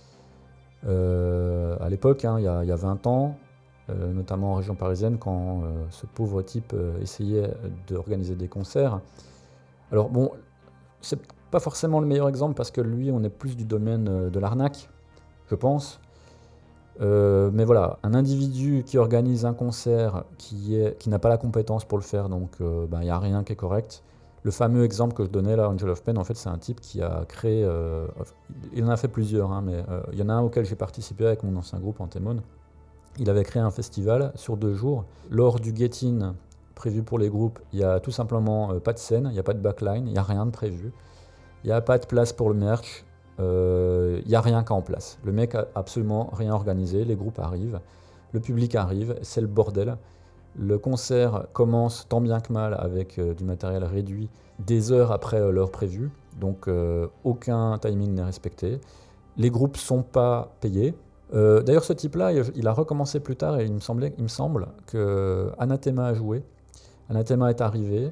euh, à l'époque, hein, il y a, il y a vingt ans, euh, notamment en région parisienne, quand euh, ce pauvre type euh, essayait d'organiser des concerts. Alors bon, c'est pas forcément le meilleur exemple parce que lui, on est plus du domaine euh, de l'arnaque, je pense. Euh, mais voilà, un individu qui organise un concert qui, est, qui n'a pas la compétence pour le faire, donc il euh, ben, n'y a rien qui est correct. Le fameux exemple que je donnais là, Angel of Pain, en fait, c'est un type qui a créé... Euh, il en a fait plusieurs, hein, mais euh, il y en a un auquel j'ai participé avec mon ancien groupe, Antémone. il avait créé un festival sur deux jours. Lors du get-in prévu pour les groupes, il n'y a tout simplement euh, pas de scène, il n'y a pas de backline, il n'y a rien de prévu. Il n'y a pas de place pour le merch, euh, il n'y a rien qu'en place. Le mec a absolument rien organisé, les groupes arrivent, le public arrive, c'est le bordel. Le concert commence tant bien que mal avec euh, du matériel réduit des heures après euh, l'heure prévue, donc euh, aucun timing n'est respecté. Les groupes ne sont pas payés. Euh, d'ailleurs, ce type-là, il, il a recommencé plus tard et il me, semblait, il me semble que Anathema a joué. Anathema est arrivé.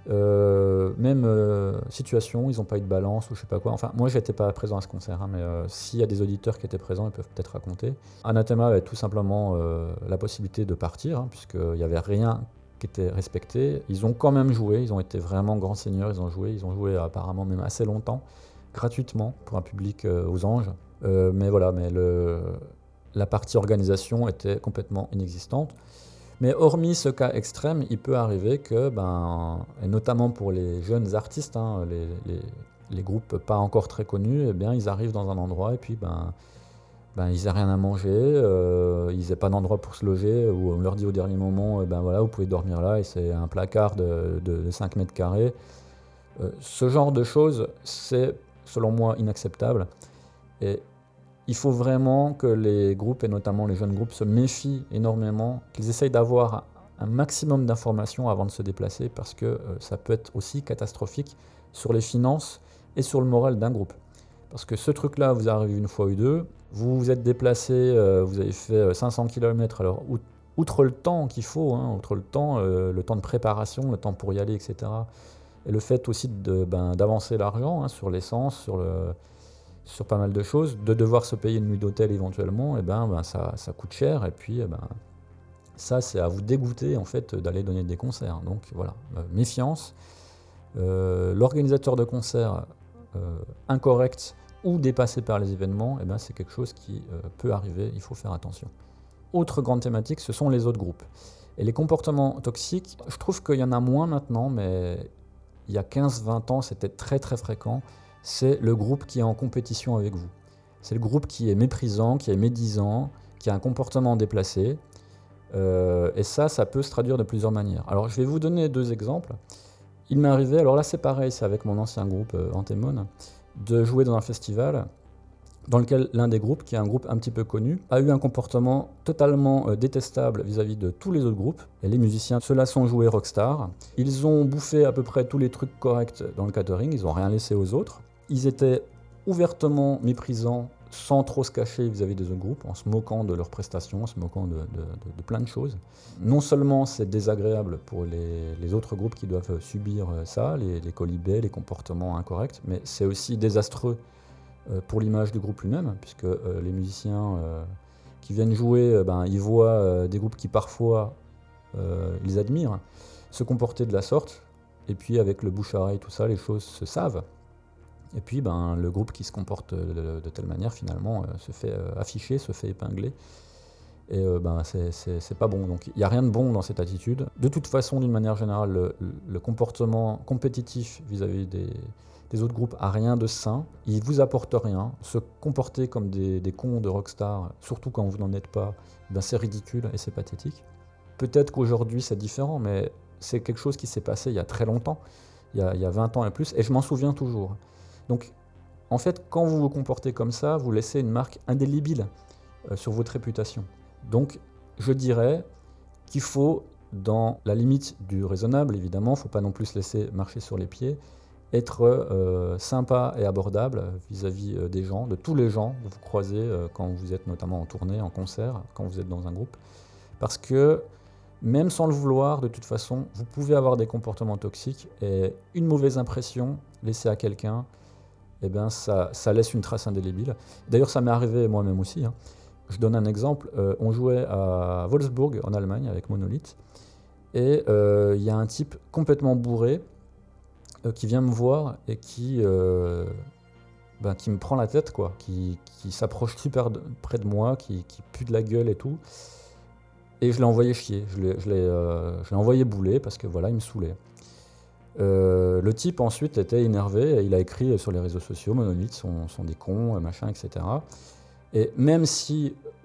Euh, même euh, situation, ils n'ont pas eu de balance ou je sais pas quoi. Enfin, moi, j'étais pas présent à ce concert, hein, mais euh, s'il y a des auditeurs qui étaient présents, ils peuvent peut-être raconter. Anathema avait tout simplement euh, la possibilité de partir, hein, puisqu'il n'y avait rien qui était respecté. Ils ont quand même joué, ils ont été vraiment grands seigneurs, ils ont joué, ils ont joué apparemment même assez longtemps, gratuitement, pour un public euh, aux anges. Euh, mais voilà, mais le, la partie organisation était complètement inexistante. Mais hormis ce cas extrême, il peut arriver que, ben, et notamment pour les jeunes artistes, hein, les, les, les groupes pas encore très connus, eh bien, ils arrivent dans un endroit et puis ben, ben, ils n'aient rien à manger, euh, ils n'aient pas d'endroit pour se loger, ou on leur dit au dernier moment, ben voilà, vous pouvez dormir là, et c'est un placard de, de, de cinq mètres carrés. Euh, ce genre de choses, c'est selon moi inacceptable. Et il faut vraiment que les groupes, et notamment les jeunes groupes, se méfient énormément, qu'ils essayent d'avoir un maximum d'informations avant de se déplacer, parce que euh, ça peut être aussi catastrophique sur les finances et sur le moral d'un groupe. Parce que ce truc-là, vous arrivez une fois ou deux, vous vous êtes déplacé, euh, vous avez fait cinq cents kilomètres, alors out- outre le temps qu'il faut, hein, outre le temps, euh, le temps de préparation, le temps pour y aller, et cetera, et le fait aussi de, ben, d'avancer l'argent hein, sur l'essence, sur le... sur pas mal de choses, de devoir se payer une nuit d'hôtel éventuellement, et ben, ben ça, ça coûte cher, et puis eh ben, ça c'est à vous dégoûter en fait d'aller donner des concerts. Donc voilà, euh, méfiance. Euh, l'organisateur de concerts euh, incorrect ou dépassé par les événements, eh ben, c'est quelque chose qui euh, peut arriver, il faut faire attention. Autre grande thématique, ce sont les autres groupes. Et les comportements toxiques, je trouve qu'il y en a moins maintenant, mais il y a quinze vingt ans, c'était très très fréquent. C'est le groupe qui est en compétition avec vous. C'est le groupe qui est méprisant, qui est médisant, qui a un comportement déplacé. Euh, et ça, ça peut se traduire de plusieurs manières. Alors, je vais vous donner deux exemples. Il m'est arrivé, alors là c'est pareil, c'est avec mon ancien groupe euh, Antémone, de jouer dans un festival dans lequel l'un des groupes, qui est un groupe un petit peu connu, a eu un comportement totalement euh, détestable vis-à-vis de tous les autres groupes. Et les musiciens se la sont joués rockstar. Ils ont bouffé à peu près tous les trucs corrects dans le catering, ils n'ont rien laissé aux autres. Ils étaient ouvertement méprisants, sans trop se cacher vis-à-vis des autres groupes, en se moquant de leurs prestations, en se moquant de, de, de, de plein de choses. Non seulement c'est désagréable pour les, les autres groupes qui doivent subir ça, les, les colibés, les comportements incorrects, mais c'est aussi désastreux pour l'image du groupe lui-même, puisque euh, les musiciens euh, qui viennent jouer, euh, ben, ils voient euh, des groupes qui parfois euh, ils admirent se comporter de la sorte, et puis avec le bouche-à-oreille, tout ça, les choses se savent. Et puis ben, le groupe qui se comporte de, de telle manière, finalement, euh, se fait euh, afficher, se fait épingler, et euh, ben, c'est, c'est, c'est pas bon. Donc il n'y a rien de bon dans cette attitude. De toute façon, d'une manière générale, le, le comportement compétitif vis-à-vis des des autres groupes a rien de sain, ils vous apportent rien. Se comporter comme des, des cons de rockstar, surtout quand vous n'en êtes pas, ben c'est ridicule et c'est pathétique. Peut-être qu'aujourd'hui c'est différent, mais c'est quelque chose qui s'est passé il y a très longtemps, il y a, il y a vingt ans et plus, et je m'en souviens toujours. Donc en fait, quand vous vous comportez comme ça, vous laissez une marque indélébile euh, sur votre réputation. Donc je dirais qu'il faut, dans la limite du raisonnable évidemment, il ne faut pas non plus se laisser marcher sur les pieds, être euh, sympa et abordable vis-à-vis euh, des gens, de tous les gens que vous croisez euh, quand vous êtes notamment en tournée, en concert, quand vous êtes dans un groupe. Parce que même sans le vouloir, de toute façon, vous pouvez avoir des comportements toxiques et une mauvaise impression laissée à quelqu'un, eh ben ça, ça laisse une trace indélébile. D'ailleurs, ça m'est arrivé moi-même aussi. Hein. Je donne un exemple. Euh, on jouait à Wolfsburg, en Allemagne, avec Monolith, et il euh, y a un type complètement bourré qui vient me voir et qui, euh, ben, qui me prend la tête, quoi, qui, qui s'approche super de, près de moi, qui, qui pue de la gueule et tout. Et je l'ai envoyé chier, je l'ai, je l'ai, euh, je l'ai envoyé bouler parce que voilà, il me saoulait. Euh, le type ensuite était énervé et il a écrit sur les réseaux sociaux, Monolith sont, sont des cons, machin, et cetera. Et même si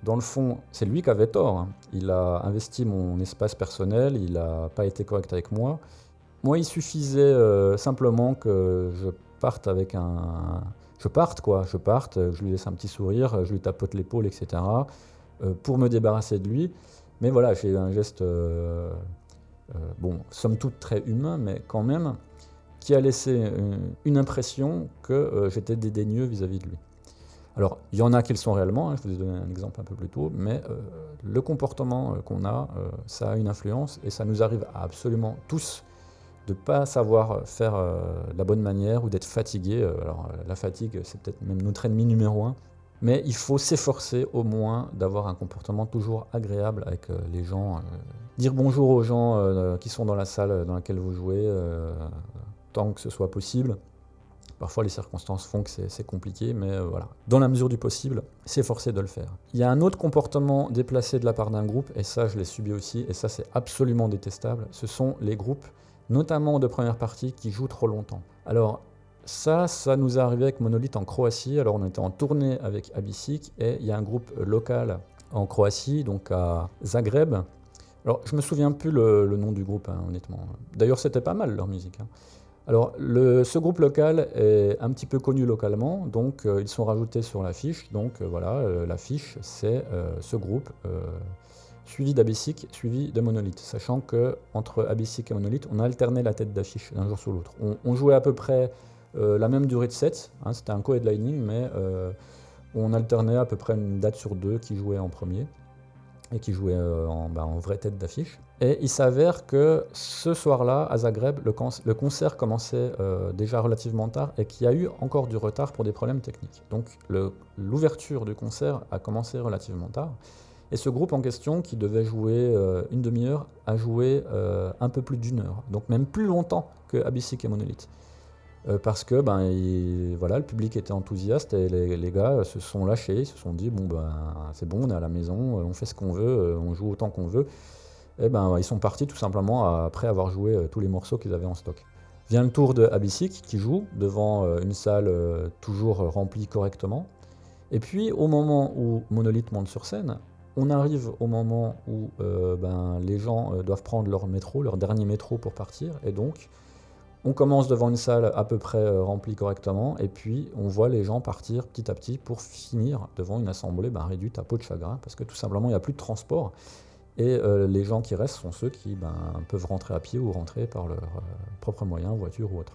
dans le fond, c'est lui qui avait tort. Hein. Il a investi mon espace personnel, il n'a pas été correct avec moi. Moi, il suffisait euh, simplement que je parte avec un... Je parte, quoi. Je parte, je lui laisse un petit sourire, je lui tapote l'épaule, et cetera, euh, pour me débarrasser de lui. Mais voilà, j'ai eu un geste, euh, euh, bon, somme toute très humain, mais quand même, qui a laissé une, une impression que euh, j'étais dédaigneux vis-à-vis de lui. Alors, il y en a qui le sont réellement, hein, je vous ai donné un exemple un peu plus tôt, mais euh, le comportement euh, qu'on a, euh, ça a une influence, et ça nous arrive à absolument tous de ne pas savoir faire euh, de la bonne manière ou d'être fatigué. Euh, alors, euh, la fatigue, c'est peut-être même notre ennemi numéro un, mais il faut s'efforcer au moins d'avoir un comportement toujours agréable avec euh, les gens. Euh, dire bonjour aux gens euh, qui sont dans la salle dans laquelle vous jouez, euh, tant que ce soit possible. Parfois, les circonstances font que c'est, c'est compliqué, mais euh, voilà. Dans la mesure du possible, s'efforcer de le faire. Il y a un autre comportement déplacé de la part d'un groupe, et ça, je l'ai subi aussi, et ça, c'est absolument détestable. Ce sont les groupes, notamment de première partie, qui jouent trop longtemps. Alors, ça, ça nous est arrivé avec Monolith en Croatie. Alors, on était en tournée avec Abisic, et il y a un groupe local en Croatie, donc à Zagreb. Alors, je me souviens plus le, le nom du groupe, hein, honnêtement. D'ailleurs, c'était pas mal, leur musique, hein. Alors, le, ce groupe local est un petit peu connu localement, donc euh, ils sont rajoutés sur l'affiche. Donc euh, voilà, euh, l'affiche, c'est euh, ce groupe, euh, suivi d'Abisic, suivi de Monolith. Sachant qu'entre Abisic et Monolith, on alternait la tête d'affiche d'un jour sur l'autre. On, on jouait à peu près euh, la même durée de set, hein, c'était un co-headlining, mais euh, on alternait à peu près une date sur deux qui jouait en premier et qui jouait euh, en, bah, en vraie tête d'affiche. Et il s'avère que ce soir-là, à Zagreb, le, con- le concert commençait euh, déjà relativement tard et qu'il y a eu encore du retard pour des problèmes techniques. Donc le, l'ouverture du concert a commencé relativement tard. Et ce groupe en question, qui devait jouer euh, une demi-heure, a joué euh, un peu plus d'une heure. Donc même plus longtemps que Abisic et Monolith. Euh, parce que ben, il, voilà, le public était enthousiaste et les, les gars se sont lâchés, ils se sont dit bon ben c'est bon, on est à la maison, on fait ce qu'on veut, on joue autant qu'on veut. Et ben ils sont partis tout simplement après avoir joué tous les morceaux qu'ils avaient en stock. Vient le tour de Abisic qui joue devant une salle toujours remplie correctement. Et puis au moment où Monolith monte sur scène, on arrive au moment où euh, ben, les gens doivent prendre leur métro, leur dernier métro pour partir, et donc on commence devant une salle à peu près euh, remplie correctement, et puis on voit les gens partir petit à petit pour finir devant une assemblée ben, réduite à peau de chagrin, parce que tout simplement il n'y a plus de transport, et euh, les gens qui restent sont ceux qui ben, peuvent rentrer à pied ou rentrer par leurs euh, propres moyens, voiture ou autre.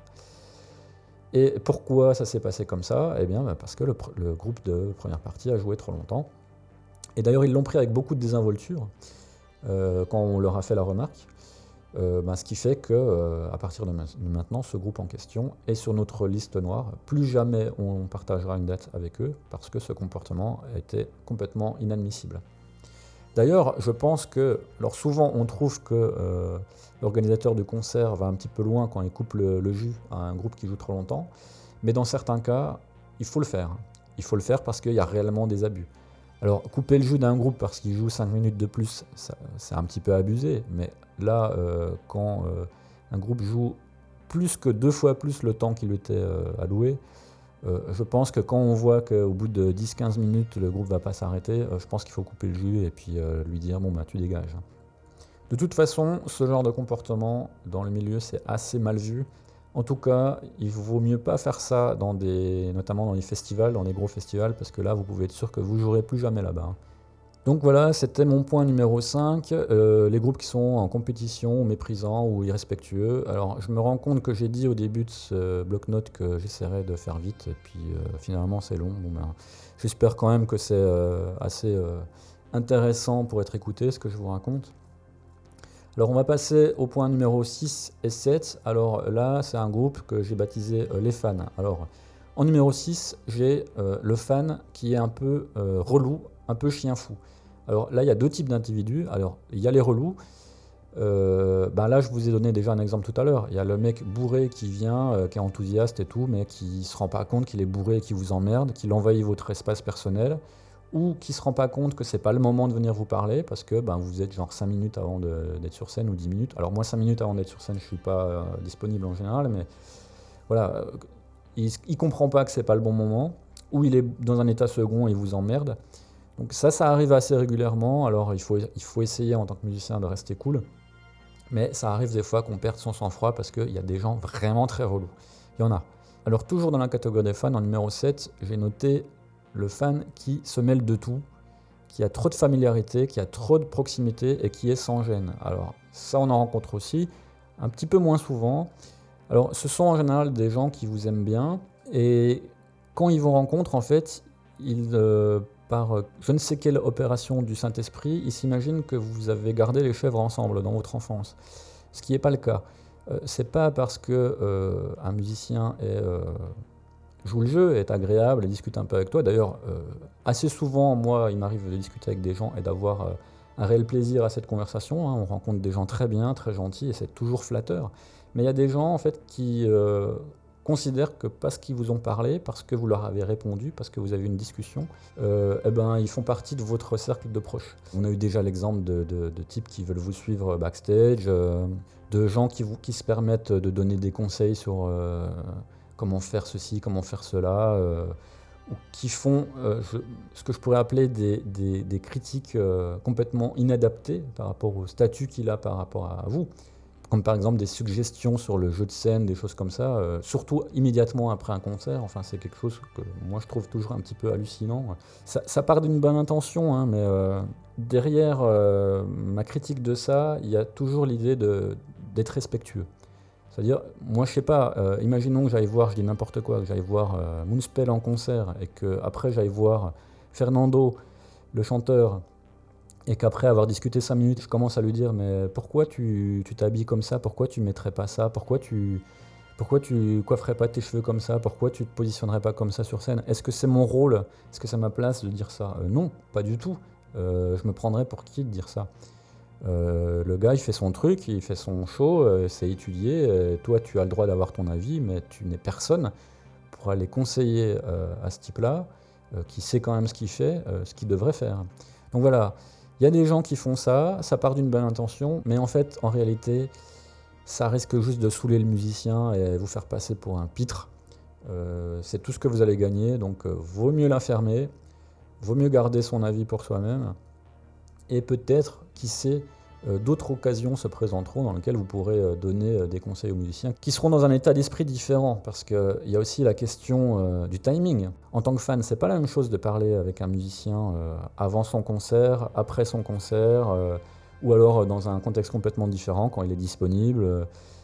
Et pourquoi ça s'est passé comme ça ? Eh bien ben, parce que le, pr- le groupe de première partie a joué trop longtemps, et d'ailleurs ils l'ont pris avec beaucoup de désinvolture euh, quand on leur a fait la remarque. Euh, ben, ce qui fait que euh, à partir de, ma- de maintenant, ce groupe en question est sur notre liste noire. Plus jamais on partagera une date avec eux parce que ce comportement était complètement inadmissible. D'ailleurs, je pense que, alors souvent on trouve que euh, l'organisateur du concert va un petit peu loin quand il coupe le, le jus à un groupe qui joue trop longtemps, mais dans certains cas, il faut le faire. Il faut le faire parce qu'il y a réellement des abus. Alors, couper le jus d'un groupe parce qu'il joue cinq minutes de plus, ça, c'est un petit peu abusé, mais là, euh, quand euh, un groupe joue plus que deux fois plus le temps qui lui était euh, alloué, euh, je pense que quand on voit qu'au bout de dix à quinze minutes, le groupe ne va pas s'arrêter, euh, je pense qu'il faut couper le jus et puis euh, lui dire « bon, bah, tu dégages ». De toute façon, ce genre de comportement, dans le milieu, c'est assez mal vu. En tout cas, il vaut mieux pas faire ça, dans des, notamment dans les festivals, dans les gros festivals, parce que là, vous pouvez être sûr que vous ne jouerez plus jamais là-bas. Donc voilà, c'était mon point numéro cinq, euh, les groupes qui sont en compétition, méprisants ou irrespectueux. Alors, je me rends compte que j'ai dit au début de ce bloc-notes que j'essaierais de faire vite, et puis euh, finalement c'est long. Bon, ben, j'espère quand même que c'est euh, assez euh, intéressant pour être écouté, ce que je vous raconte. Alors on va passer au point numéro six et sept. Alors là, c'est un groupe que j'ai baptisé euh, les fans. Alors en numéro six, j'ai euh, le fan qui est un peu euh, relou, un peu chien fou. Alors là, il y a deux types d'individus. Alors il y a les relous. Euh, ben là, je vous ai donné déjà un exemple tout à l'heure. Il y a le mec bourré qui vient, euh, qui est enthousiaste et tout, mais qui ne se rend pas compte qu'il est bourré et qui vous emmerde, qu'il envahit votre espace personnel, ou qui ne se rend pas compte que c'est pas le moment de venir vous parler parce que ben, vous êtes genre cinq minutes avant de, d'être sur scène ou dix minutes. Alors moi cinq minutes avant d'être sur scène, je ne suis pas euh, disponible en général, mais voilà, euh, il ne comprend pas que c'est pas le bon moment, ou il est dans un état second et il vous emmerde. Donc ça, ça arrive assez régulièrement, alors il faut, il faut essayer en tant que musicien de rester cool, mais ça arrive des fois qu'on perde son sang-froid parce qu'il y a des gens vraiment très relous. Il y en a. Alors toujours dans la catégorie des fans, en numéro sept, j'ai noté le fan qui se mêle de tout, qui a trop de familiarité, qui a trop de proximité et qui est sans gêne. Alors ça, on en rencontre aussi, un petit peu moins souvent. Alors ce sont en général des gens qui vous aiment bien, et quand ils vous rencontrent, en fait, ils, euh, par je ne sais quelle opération du Saint-Esprit, ils s'imaginent que vous avez gardé les chèvres ensemble dans votre enfance, ce qui n'est pas le cas. Euh, c'est pas parce que euh, un musicien est, euh, joue le jeu, est agréable et discute un peu avec toi. D'ailleurs, euh, assez souvent, moi, il m'arrive de discuter avec des gens et d'avoir euh, un réel plaisir à cette conversation. Hein. On rencontre des gens très bien, très gentils, et c'est toujours flatteur. Mais il y a des gens, en fait, qui euh, considèrent que parce qu'ils vous ont parlé, parce que vous leur avez répondu, parce que vous avez eu une discussion, euh, eh ben, ils font partie de votre cercle de proches. On a eu déjà l'exemple de, de, de types qui veulent vous suivre backstage, euh, de gens qui, vous, qui se permettent de donner des conseils sur euh, comment faire ceci, comment faire cela, euh, ou qui font euh, je, ce que je pourrais appeler des, des, des critiques euh, complètement inadaptées par rapport au statut qu'il a par rapport à vous. Comme par exemple des suggestions sur le jeu de scène, des choses comme ça, euh, surtout immédiatement après un concert. Enfin, c'est quelque chose que moi je trouve toujours un petit peu hallucinant. Ça, ça part d'une bonne intention, hein, mais euh, derrière euh, ma critique de ça, il y a toujours l'idée de, d'être respectueux. C'est-à-dire, moi je sais pas, euh, imaginons que j'aille voir, je dis n'importe quoi, que j'aille voir euh, Moonspell en concert et qu'après j'aille voir Fernando, le chanteur, et qu'après avoir discuté cinq minutes, je commence à lui dire « mais pourquoi tu, tu t'habilles comme ça? Pourquoi tu mettrais pas ça? Pourquoi tu, pourquoi tu coifferais pas tes cheveux comme ça? Pourquoi tu te positionnerais pas comme ça sur scène? Est-ce que c'est mon rôle? Est-ce que c'est ma place de dire ça? euh, ?» Non, pas du tout. Euh, je me prendrais pour qui de dire ça? euh, Le gars, il fait son truc, il fait son show, euh, c'est étudié. Euh, toi, tu as le droit d'avoir ton avis, mais tu n'es personne pour aller conseiller euh, à ce type-là, euh, qui sait quand même ce qu'il fait, euh, ce qu'il devrait faire. Donc voilà. Il y a des gens qui font ça, ça part d'une bonne intention, mais en fait, en réalité, ça risque juste de saouler le musicien et vous faire passer pour un pitre. Euh, c'est tout ce que vous allez gagner, donc euh, vaut mieux la fermer, vaut mieux garder son avis pour soi-même, et peut-être, qui sait, euh, d'autres occasions se présenteront dans lesquelles vous pourrez euh, donner euh, des conseils aux musiciens qui seront dans un état d'esprit différent, parce qu'il y a aussi la question euh, du timing. En tant que fan, c'est pas la même chose de parler avec un musicien euh, avant son concert, après son concert, euh, ou alors dans un contexte complètement différent, quand il est disponible.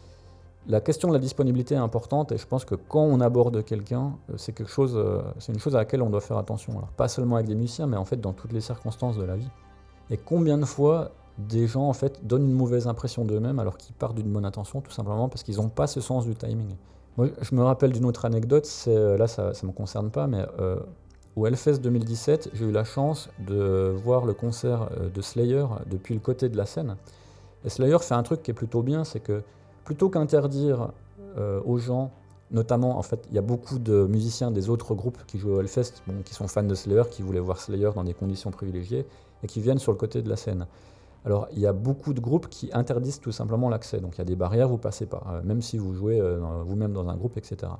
La question de la disponibilité est importante, et je pense que quand on aborde quelqu'un, c'est quelque chose, euh, c'est une chose à laquelle on doit faire attention. Alors, pas seulement avec des musiciens, mais en fait dans toutes les circonstances de la vie. Et combien de fois des gens en fait donnent une mauvaise impression d'eux-mêmes alors qu'ils partent d'une bonne intention, tout simplement parce qu'ils n'ont pas ce sens du timing. Moi, je me rappelle d'une autre anecdote, c'est, là ça ne me concerne pas, mais euh, au Hellfest deux mille dix-sept, j'ai eu la chance de voir le concert de Slayer depuis le côté de la scène. Et Slayer fait un truc qui est plutôt bien, c'est que plutôt qu'interdire euh, aux gens, notamment en fait il y a beaucoup de musiciens des autres groupes qui jouent au Hellfest, bon, qui sont fans de Slayer, qui voulaient voir Slayer dans des conditions privilégiées, et qui viennent sur le côté de la scène. Alors, il y a beaucoup de groupes qui interdisent tout simplement l'accès. Donc, il y a des barrières, vous ne passez pas, euh, même si vous jouez euh, vous-même dans un groupe, et cetera.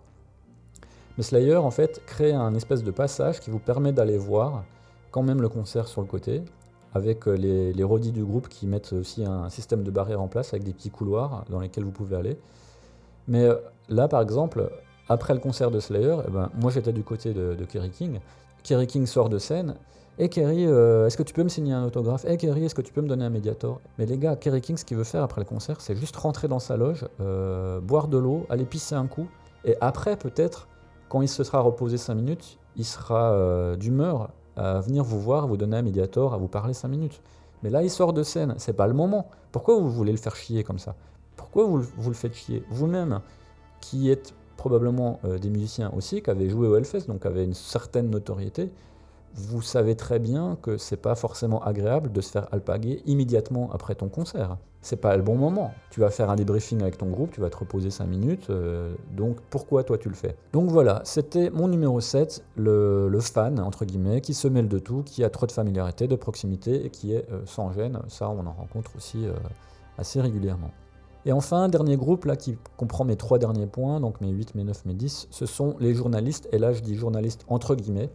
Mais Slayer, en fait, crée un espèce de passage qui vous permet d'aller voir quand même le concert sur le côté, avec euh, les, les rodis du groupe qui mettent aussi un système de barrières en place, avec des petits couloirs dans lesquels vous pouvez aller. Mais euh, là, par exemple, après le concert de Slayer, eh ben, moi j'étais du côté de, de Kerry King. Kerry King sort de scène. « Hey Kerry, euh, est-ce que tu peux me signer un autographe? Hey Kerry, est-ce que tu peux me donner un Mediator ?» Mais les gars, Kerry King, ce qu'il veut faire après le concert, c'est juste rentrer dans sa loge, euh, boire de l'eau, aller pisser un coup, et après, peut-être, quand il se sera reposé cinq minutes, il sera euh, d'humeur à venir vous voir, vous donner un Mediator, à vous parler cinq minutes. Mais là, il sort de scène, c'est pas le moment. Pourquoi vous voulez le faire chier comme ça? Pourquoi vous, vous le faites chier? Vous-même, qui êtes probablement euh, des musiciens aussi, qui avez joué au Hellfest, donc qui avez une certaine notoriété, vous savez très bien que c'est pas forcément agréable de se faire alpaguer immédiatement après ton concert. C'est pas le bon moment. Tu vas faire un débriefing avec ton groupe, tu vas te reposer cinq minutes, euh, donc pourquoi toi tu le fais? Donc voilà, c'était mon numéro sept, le, le fan, entre guillemets, qui se mêle de tout, qui a trop de familiarité, de proximité, et qui est euh, sans gêne. Ça, on en rencontre aussi euh, assez régulièrement. Et enfin, dernier groupe là qui comprend mes trois derniers points, donc mes huit, mes neuf, mes dix, ce sont les journalistes, et là je dis journalistes entre guillemets,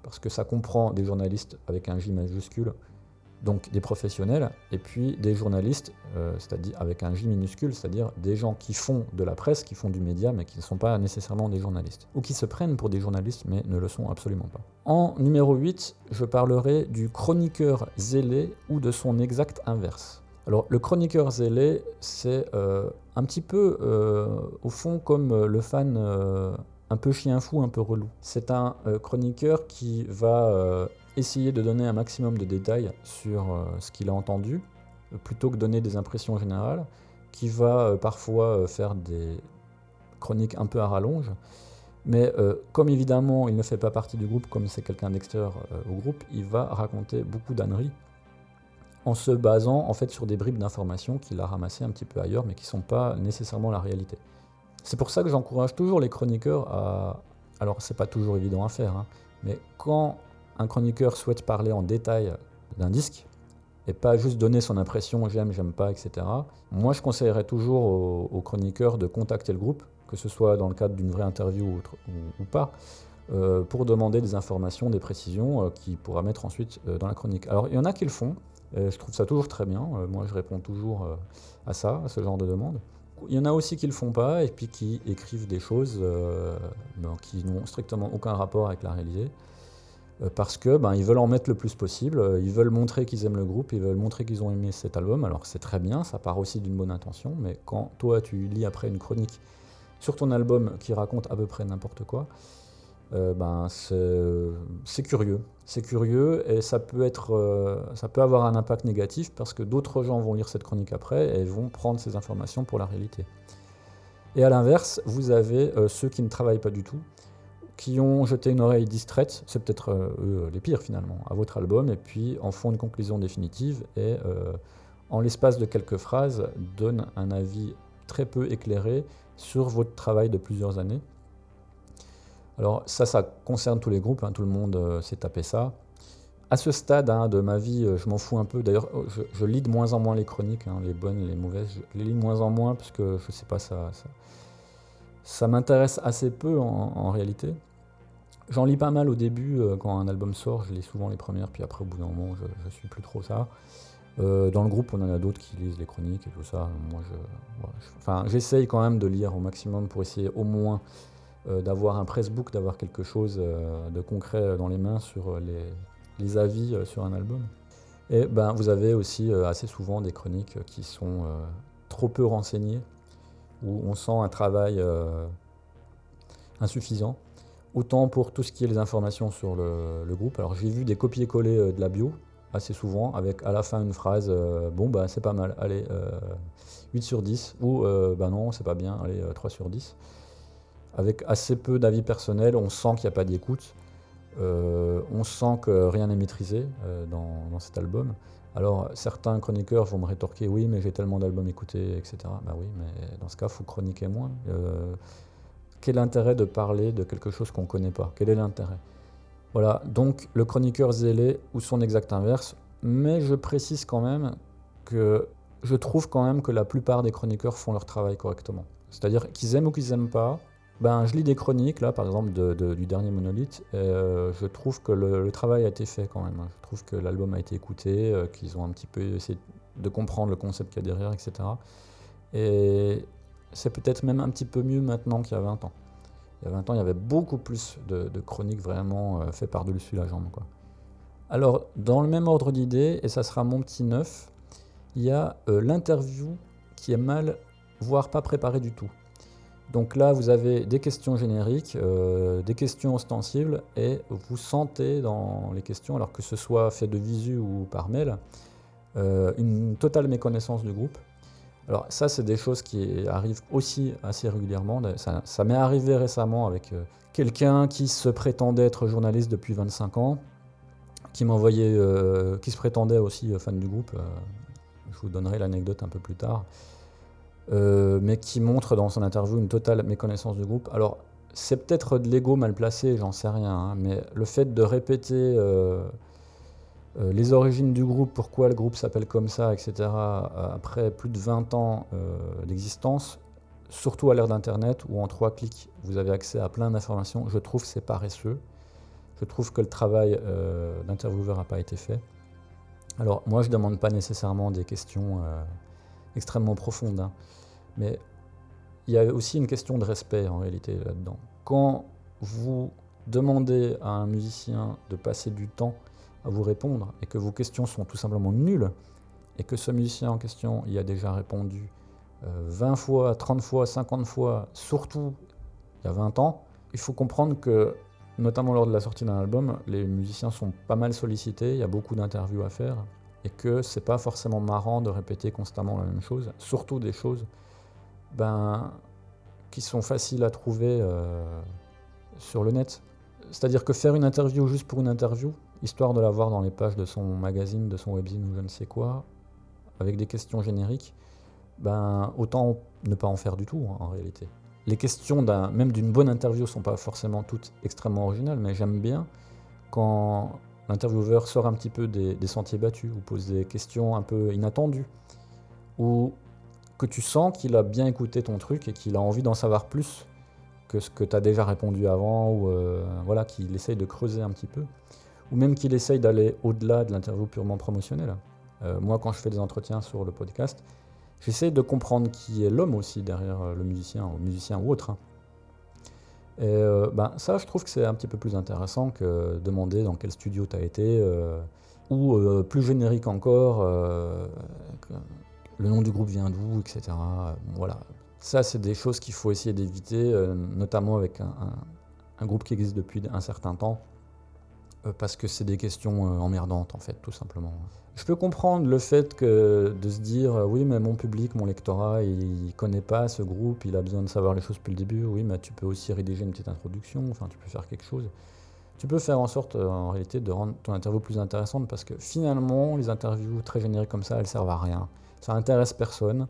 parce que ça comprend des journalistes avec un J majuscule, donc des professionnels, et puis des journalistes, euh, c'est-à-dire avec un J minuscule, c'est-à-dire des gens qui font de la presse, qui font du média, mais qui ne sont pas nécessairement des journalistes, ou qui se prennent pour des journalistes, mais ne le sont absolument pas. En numéro huit, je parlerai du chroniqueur zélé ou de son exact inverse. Alors, le chroniqueur zélé, c'est euh, un petit peu, euh, au fond, comme le fan euh, un peu chien fou, un peu relou. C'est un euh, chroniqueur qui va euh, essayer de donner un maximum de détails sur euh, ce qu'il a entendu, euh, plutôt que donner des impressions générales, qui va euh, parfois euh, faire des chroniques un peu à rallonge. Mais euh, comme évidemment, il ne fait pas partie du groupe, comme c'est quelqu'un d'extérieur euh, au groupe, il va raconter beaucoup d'âneries, en se basant en fait sur des bribes d'informations qu'il a ramassées un petit peu ailleurs, mais qui ne sont pas nécessairement la réalité. C'est pour ça que j'encourage toujours les chroniqueurs à... Alors, c'est pas toujours évident à faire, hein, mais quand un chroniqueur souhaite parler en détail d'un disque, et pas juste donner son impression, j'aime, j'aime pas, et cetera, moi, je conseillerais toujours aux, aux chroniqueurs de contacter le groupe, que ce soit dans le cadre d'une vraie interview ou, ou, ou pas, euh, pour demander des informations, des précisions euh, qu'il pourra mettre ensuite euh, dans la chronique. Alors, il y en a qui le font. Euh, je trouve ça toujours très bien. Euh, moi, je réponds toujours euh, à ça, à ce genre de demande. Il y en a aussi qui le font pas et puis qui écrivent des choses euh, ben, qui n'ont strictement aucun rapport avec la réalité. Euh, parce que ben, ils veulent en mettre le plus possible. Euh, ils veulent montrer qu'ils aiment le groupe. Ils veulent montrer qu'ils ont aimé cet album. Alors, c'est très bien. Ça part aussi d'une bonne intention. Mais quand toi, tu lis après une chronique sur ton album qui raconte à peu près n'importe quoi, Euh, ben c'est, c'est curieux, c'est curieux et ça peut être, euh, ça peut avoir un impact négatif parce que d'autres gens vont lire cette chronique après et vont prendre ces informations pour la réalité. Et à l'inverse, vous avez euh, ceux qui ne travaillent pas du tout, qui ont jeté une oreille distraite, c'est peut-être euh, eux les pires finalement, à votre album et puis en font une conclusion définitive et euh, en l'espace de quelques phrases donnent un avis très peu éclairé sur votre travail de plusieurs années. Alors ça, ça concerne tous les groupes, hein, tout le monde euh, s'est tapé ça. À ce stade hein, de ma vie, euh, je m'en fous un peu. D'ailleurs, je, je lis de moins en moins les chroniques, hein, les bonnes, les mauvaises. Je les lis de moins en moins parce que je sais pas, ça, ça, ça m'intéresse assez peu en, en réalité. J'en lis pas mal au début, euh, quand un album sort, je lis souvent les premières, puis après au bout d'un moment, je, je suis plus trop ça. Euh, dans le groupe, on en a d'autres qui lisent les chroniques et tout ça. Moi, je, ouais, je, enfin, j'essaye quand même de lire au maximum pour essayer au moins Euh, d'avoir un pressbook, d'avoir quelque chose euh, de concret dans les mains sur euh, les, les avis euh, sur un album. Et ben, vous avez aussi euh, assez souvent des chroniques qui sont euh, trop peu renseignées, où on sent un travail euh, insuffisant. Autant pour tout ce qui est les informations sur le, le groupe. Alors j'ai vu des copier-coller euh, de la bio, assez souvent, avec à la fin une phrase euh, « bon, ben, c'est pas mal, allez, euh, huit sur dix » ou euh, « ben non, c'est pas bien, allez, euh, trois sur dix » avec assez peu d'avis personnels, on sent qu'il n'y a pas d'écoute, euh, on sent que rien n'est maîtrisé euh, dans, dans cet album. Alors certains chroniqueurs vont me rétorquer « oui, mais j'ai tellement d'albums écoutés, et cetera » Bah oui, mais dans ce cas, il faut chroniquer moins. Euh, quel est l'intérêt de parler de quelque chose qu'on ne connaît pas? Quel est l'intérêt? Voilà, donc le chroniqueur zélé ou son exact inverse, mais je précise quand même que je trouve quand même que la plupart des chroniqueurs font leur travail correctement. C'est-à-dire qu'ils aiment ou qu'ils n'aiment pas. Ben, je lis des chroniques, là, par exemple, de, de, du dernier Monolith, et euh, je trouve que le, le travail a été fait quand même. Je trouve que l'album a été écouté, euh, qu'ils ont un petit peu essayé de comprendre le concept qu'il y a derrière, et cetera. Et c'est peut-être même un petit peu mieux maintenant qu'il y a vingt ans. Il y a vingt ans, il y avait beaucoup plus de, de chroniques vraiment euh, faites par-dessus la jambe, quoi. Alors, dans le même ordre d'idées, et ça sera mon petit neuf, il y a euh, l'interview qui est mal, voire pas préparée du tout. Donc là, vous avez des questions génériques, euh, des questions ostensibles, et vous sentez dans les questions, alors que ce soit fait de visu ou par mail, euh, une totale méconnaissance du groupe. Alors ça, c'est des choses qui arrivent aussi assez régulièrement. Ça, ça m'est arrivé récemment avec euh, quelqu'un qui se prétendait être journaliste depuis vingt-cinq ans, qui m'envoyait, euh, qui se prétendait aussi euh, fan du groupe. Euh, je vous donnerai l'anecdote un peu plus tard. Euh, mais qui montre dans son interview une totale méconnaissance du groupe. Alors, c'est peut-être de l'ego mal placé, j'en sais rien, hein, mais le fait de répéter euh, euh, les origines du groupe, pourquoi le groupe s'appelle comme ça, et cetera, après plus de vingt ans euh, d'existence, surtout à l'ère d'Internet, où en trois clics, vous avez accès à plein d'informations, je trouve que c'est paresseux. Je trouve que le travail euh, d'intervieweur n'a pas été fait. Alors, moi, je ne demande pas nécessairement des questions euh, extrêmement profondes, hein, mais il y a aussi une question de respect, en réalité, là-dedans. Quand vous demandez à un musicien de passer du temps à vous répondre, et que vos questions sont tout simplement nulles, et que ce musicien en question y a déjà répondu euh, vingt fois, trente fois, cinquante fois, surtout il y a vingt ans, il faut comprendre que, notamment lors de la sortie d'un album, les musiciens sont pas mal sollicités, il y a beaucoup d'interviews à faire, et que c'est pas forcément marrant de répéter constamment la même chose, surtout des choses ben, qui sont faciles à trouver euh, sur le net. C'est-à-dire que faire une interview juste pour une interview, histoire de la voir dans les pages de son magazine, de son webzine ou je ne sais quoi, avec des questions génériques, ben, autant ne pas en faire du tout en réalité. Les questions d'un, même d'une bonne interview ne sont pas forcément toutes extrêmement originales, mais j'aime bien quand l'intervieweur sort un petit peu des, des sentiers battus, ou pose des questions un peu inattendues, ou que tu sens qu'il a bien écouté ton truc et qu'il a envie d'en savoir plus que ce que tu as déjà répondu avant, ou euh, voilà, qu'il essaye de creuser un petit peu, ou même qu'il essaye d'aller au-delà de l'interview purement promotionnelle. Euh, moi, quand je fais des entretiens sur le podcast, j'essaie de comprendre qui est l'homme aussi derrière le musicien, ou musicien ou autre. Hein. Et euh, ben, ça, je trouve que c'est un petit peu plus intéressant que demander dans quel studio tu as été, euh, ou euh, plus générique encore, euh, le nom du groupe vient d'où, et cetera. Voilà. Ça, c'est des choses qu'il faut essayer d'éviter, euh, notamment avec un, un, un groupe qui existe depuis un certain temps, euh, parce que c'est des questions euh, emmerdantes, en fait, tout simplement. Je peux comprendre le fait que de se dire euh, oui, mais mon public, mon lectorat, il connaît pas ce groupe, il a besoin de savoir les choses depuis le début. Oui, mais tu peux aussi rédiger une petite introduction, enfin, tu peux faire quelque chose. Tu peux faire en sorte, euh, en réalité, de rendre ton interview plus intéressante, parce que finalement, les interviews très génériques comme ça, elles servent à rien. Ça intéresse personne.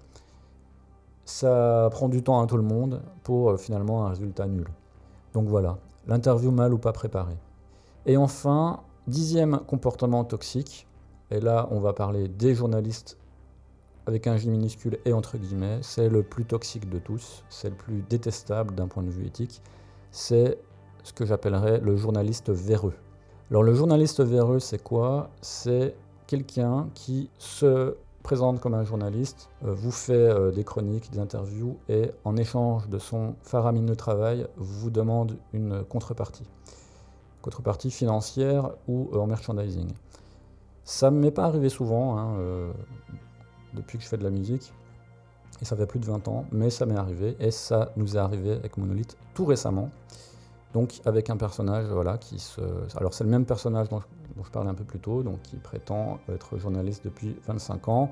Ça prend du temps à tout le monde pour euh, finalement un résultat nul. Donc voilà, l'interview mal ou pas préparée. Et enfin, dixième comportement toxique, et là on va parler des journalistes avec un J minuscule et entre guillemets, c'est le plus toxique de tous, c'est le plus détestable d'un point de vue éthique, c'est ce que j'appellerais le journaliste véreux. Alors le journaliste véreux, c'est quoi ? C'est quelqu'un qui se présente comme un journaliste, euh, vous fait euh, des chroniques, des interviews, et en échange de son faramineux travail, vous demande une contrepartie. Contrepartie financière ou euh, en merchandising. Ça ne m'est pas arrivé souvent, hein, euh, depuis que je fais de la musique, et ça fait plus de vingt ans, mais ça m'est arrivé, et ça nous est arrivé avec Monolith tout récemment, donc avec un personnage voilà, qui se... Alors c'est le même personnage dont je... dont je parlais un peu plus tôt, donc qui prétend être journaliste depuis vingt-cinq ans,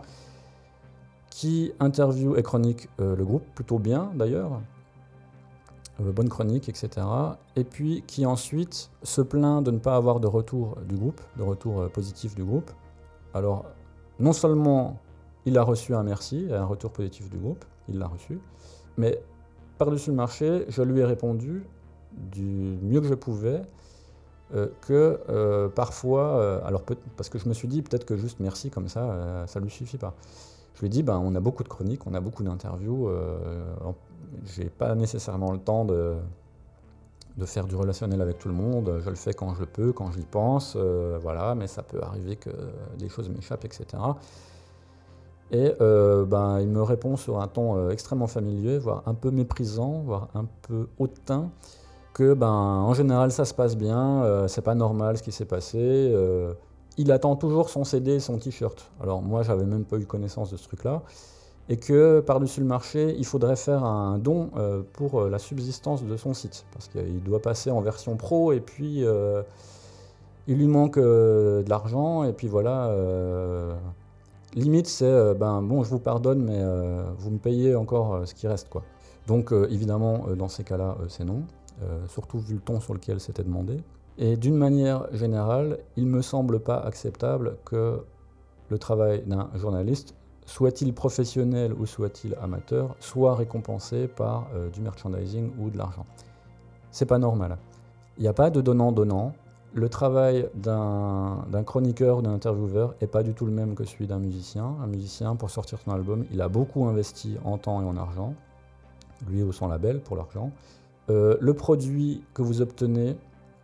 qui interviewe et chronique euh, le groupe, plutôt bien d'ailleurs, euh, bonne chronique, et cetera, et puis qui ensuite se plaint de ne pas avoir de retour du groupe, de retour euh, positif du groupe. Alors, non seulement il a reçu un merci, un retour positif du groupe, il l'a reçu, mais par-dessus le marché, je lui ai répondu du mieux que je pouvais, Euh, que euh, parfois, euh, alors peut- parce que je me suis dit peut-être que juste merci comme ça, euh, ça lui suffit pas. Je lui ai dit, ben, on a beaucoup de chroniques, on a beaucoup d'interviews, euh, j'ai pas nécessairement le temps de, de faire du relationnel avec tout le monde, je le fais quand je peux, quand j'y pense, euh, voilà, mais ça peut arriver que des choses m'échappent, et cetera. Et euh, ben, il me répond sur un ton euh, extrêmement familier, voire un peu méprisant, voire un peu hautain, que ben, en général ça se passe bien, euh, c'est pas normal ce qui s'est passé, euh, il attend toujours son C D et son t-shirt. Alors moi j'avais même pas eu connaissance de ce truc-là, et que par-dessus le marché il faudrait faire un don euh, pour euh, la subsistance de son site, parce qu'il doit passer en version pro, et puis euh, il lui manque euh, de l'argent, et puis voilà, euh, limite c'est, euh, ben bon je vous pardonne, mais euh, vous me payez encore euh, ce qui reste, quoi. Donc euh, évidemment euh, dans ces cas-là euh, c'est non. Euh, surtout vu le ton sur lequel c'était demandé. Et d'une manière générale, il ne me semble pas acceptable que le travail d'un journaliste, soit-il professionnel ou soit-il amateur, soit récompensé par euh, du merchandising ou de l'argent. C'est pas normal. Il n'y a pas de donnant-donnant. Le travail d'un, d'un chroniqueur ou d'un intervieweur n'est pas du tout le même que celui d'un musicien. Un musicien, pour sortir son album, il a beaucoup investi en temps et en argent, lui ou son label pour l'argent. Euh, le produit que vous obtenez,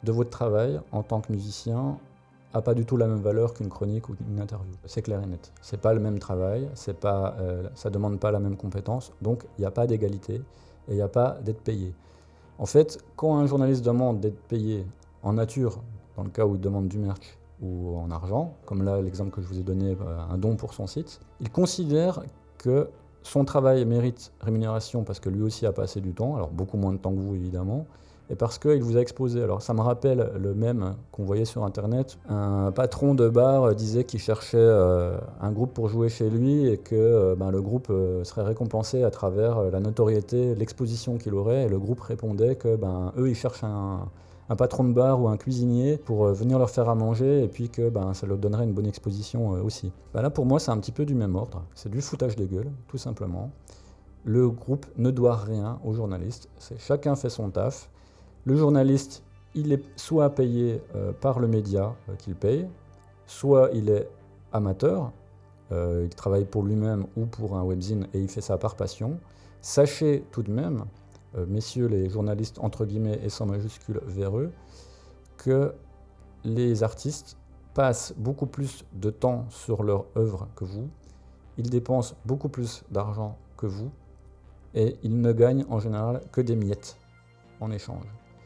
de votre travail en tant que musicien n'a pas du tout la même valeur qu'une chronique ou une interview. C'est clair et net. C'est pas le même travail, c'est pas, euh, ça ne demande pas la même compétence, donc il n'y a pas d'égalité et il n'y a pas d'être payé. En fait, quand un journaliste demande d'être payé en nature, dans le cas où il demande du merch, ou en argent, comme là l'exemple que je vous ai donné, un don pour son site, il considère que son travail mérite rémunération parce que lui aussi a passé du temps, alors beaucoup moins de temps que vous évidemment, et parce qu'il vous a exposé. Alors ça me rappelle le mème qu'on voyait sur internet, un patron de bar disait qu'il cherchait euh, un groupe pour jouer chez lui et que euh, ben, le groupe euh, serait récompensé à travers la notoriété, l'exposition qu'il aurait, et le groupe répondait que ben, eux ils cherchent un... un patron de bar ou un cuisinier pour euh, venir leur faire à manger et puis que ben, ça leur donnerait une bonne exposition euh, aussi. Ben là pour moi c'est un petit peu du même ordre, c'est du foutage de gueule tout simplement. Le groupe ne doit rien aux journalistes, c'est chacun fait son taf. Le journaliste il est soit payé euh, par le média euh, qu'il paye, soit il est amateur, euh, il travaille pour lui-même ou pour un webzine et il fait ça par passion. Sachez tout de même, Euh, messieurs les journalistes entre guillemets et sans majuscules véreux, que les artistes passent beaucoup plus de temps sur leur œuvre que vous, ils dépensent beaucoup plus d'argent que vous, et ils ne gagnent en général que des miettes en échange.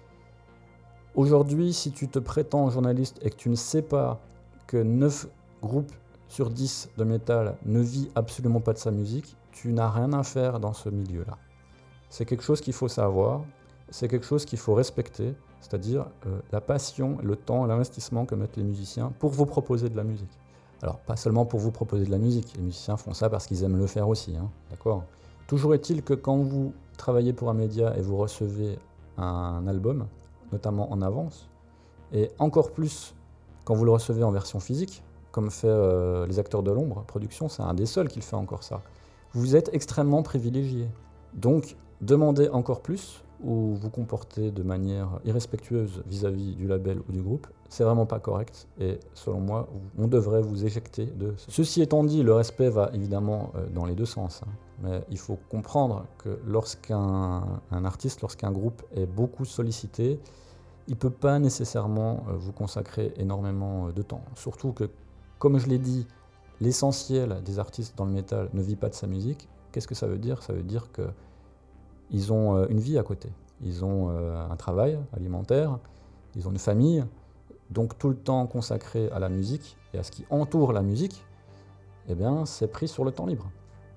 Aujourd'hui, si tu te prétends journaliste et que tu ne sais pas que neuf groupes sur dix de métal ne vit absolument pas de sa musique, tu n'as rien à faire dans ce milieu-là. C'est quelque chose qu'il faut savoir, c'est quelque chose qu'il faut respecter, c'est-à-dire euh, la passion, le temps, l'investissement que mettent les musiciens pour vous proposer de la musique. Alors, pas seulement pour vous proposer de la musique, les musiciens font ça parce qu'ils aiment le faire aussi, hein, d'accord ? Toujours est-il que quand vous travaillez pour un média et vous recevez un album, notamment en avance, et encore plus quand vous le recevez en version physique, comme fait euh, les acteurs de l'ombre, production, c'est un des seuls qui le fait encore ça, vous êtes extrêmement privilégié. Donc, demandez encore plus ou vous comportez de manière irrespectueuse vis-à-vis du label ou du groupe, c'est vraiment pas correct et selon moi, on devrait vous éjecter de ce. Ceci étant dit, le respect va évidemment dans les deux sens, hein, mais il faut comprendre que lorsqu'un un artiste, lorsqu'un groupe est beaucoup sollicité, il ne peut pas nécessairement vous consacrer énormément de temps. Surtout que, comme je l'ai dit, l'essentiel des artistes dans le métal ne vit pas de sa musique. Qu'est-ce que ça veut dire ? Ça veut dire que ils ont une vie à côté, ils ont un travail alimentaire, ils ont une famille, donc tout le temps consacré à la musique et à ce qui entoure la musique, eh bien, c'est pris sur le temps libre.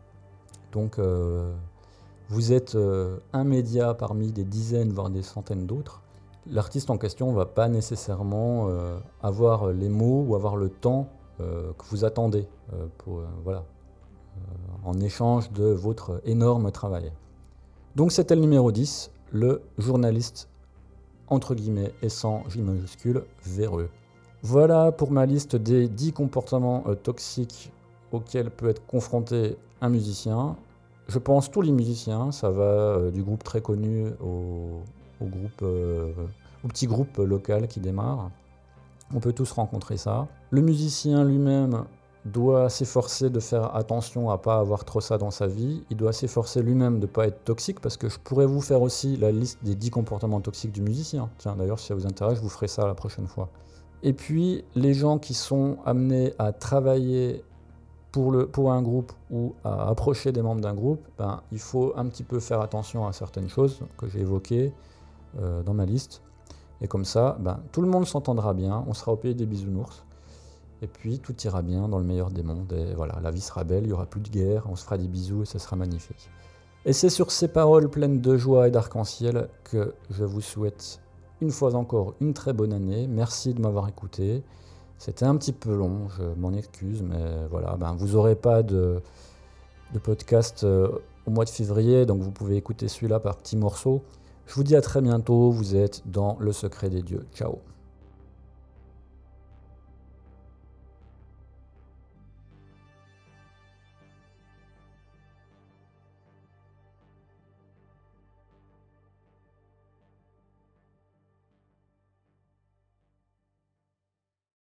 Donc euh, vous êtes euh, un média parmi des dizaines, voire des centaines d'autres. L'artiste en question ne va pas nécessairement euh, avoir les mots ou avoir le temps euh, que vous attendez euh, pour, euh, voilà, euh, en échange de votre énorme travail. Donc c'était le numéro dix, le journaliste, entre guillemets et sans J majuscule, véreux. Voilà pour ma liste des dix comportements euh, toxiques auxquels peut être confronté un musicien. Je pense tous les musiciens, ça va euh, du groupe très connu au, au, groupe, euh, au petit groupe local qui démarre. On peut tous rencontrer ça. Le musicien lui-même doit s'efforcer de faire attention à ne pas avoir trop ça dans sa vie. Il doit s'efforcer lui-même de ne pas être toxique, parce que je pourrais vous faire aussi la liste des dix comportements toxiques du musicien. Tiens, d'ailleurs, si ça vous intéresse, je vous ferai ça la prochaine fois. Et puis, les gens qui sont amenés à travailler pour, le, pour un groupe ou à approcher des membres d'un groupe, ben, il faut un petit peu faire attention à certaines choses que j'ai évoquées euh, dans ma liste. Et comme ça, ben, tout le monde s'entendra bien, on sera au pays des bisounours. Et puis tout ira bien dans le meilleur des mondes, et voilà, la vie sera belle, il n'y aura plus de guerre, on se fera des bisous et ce sera magnifique. Et c'est sur ces paroles pleines de joie et d'arc-en-ciel que je vous souhaite une fois encore une très bonne année. Merci de m'avoir écouté. C'était un petit peu long, je m'en excuse, mais voilà, ben, vous n'aurez pas de, de podcast euh, au mois de février, donc vous pouvez écouter celui-là par petits morceaux. Je vous dis à très bientôt, vous êtes dans Le Secret des Dieux. Ciao.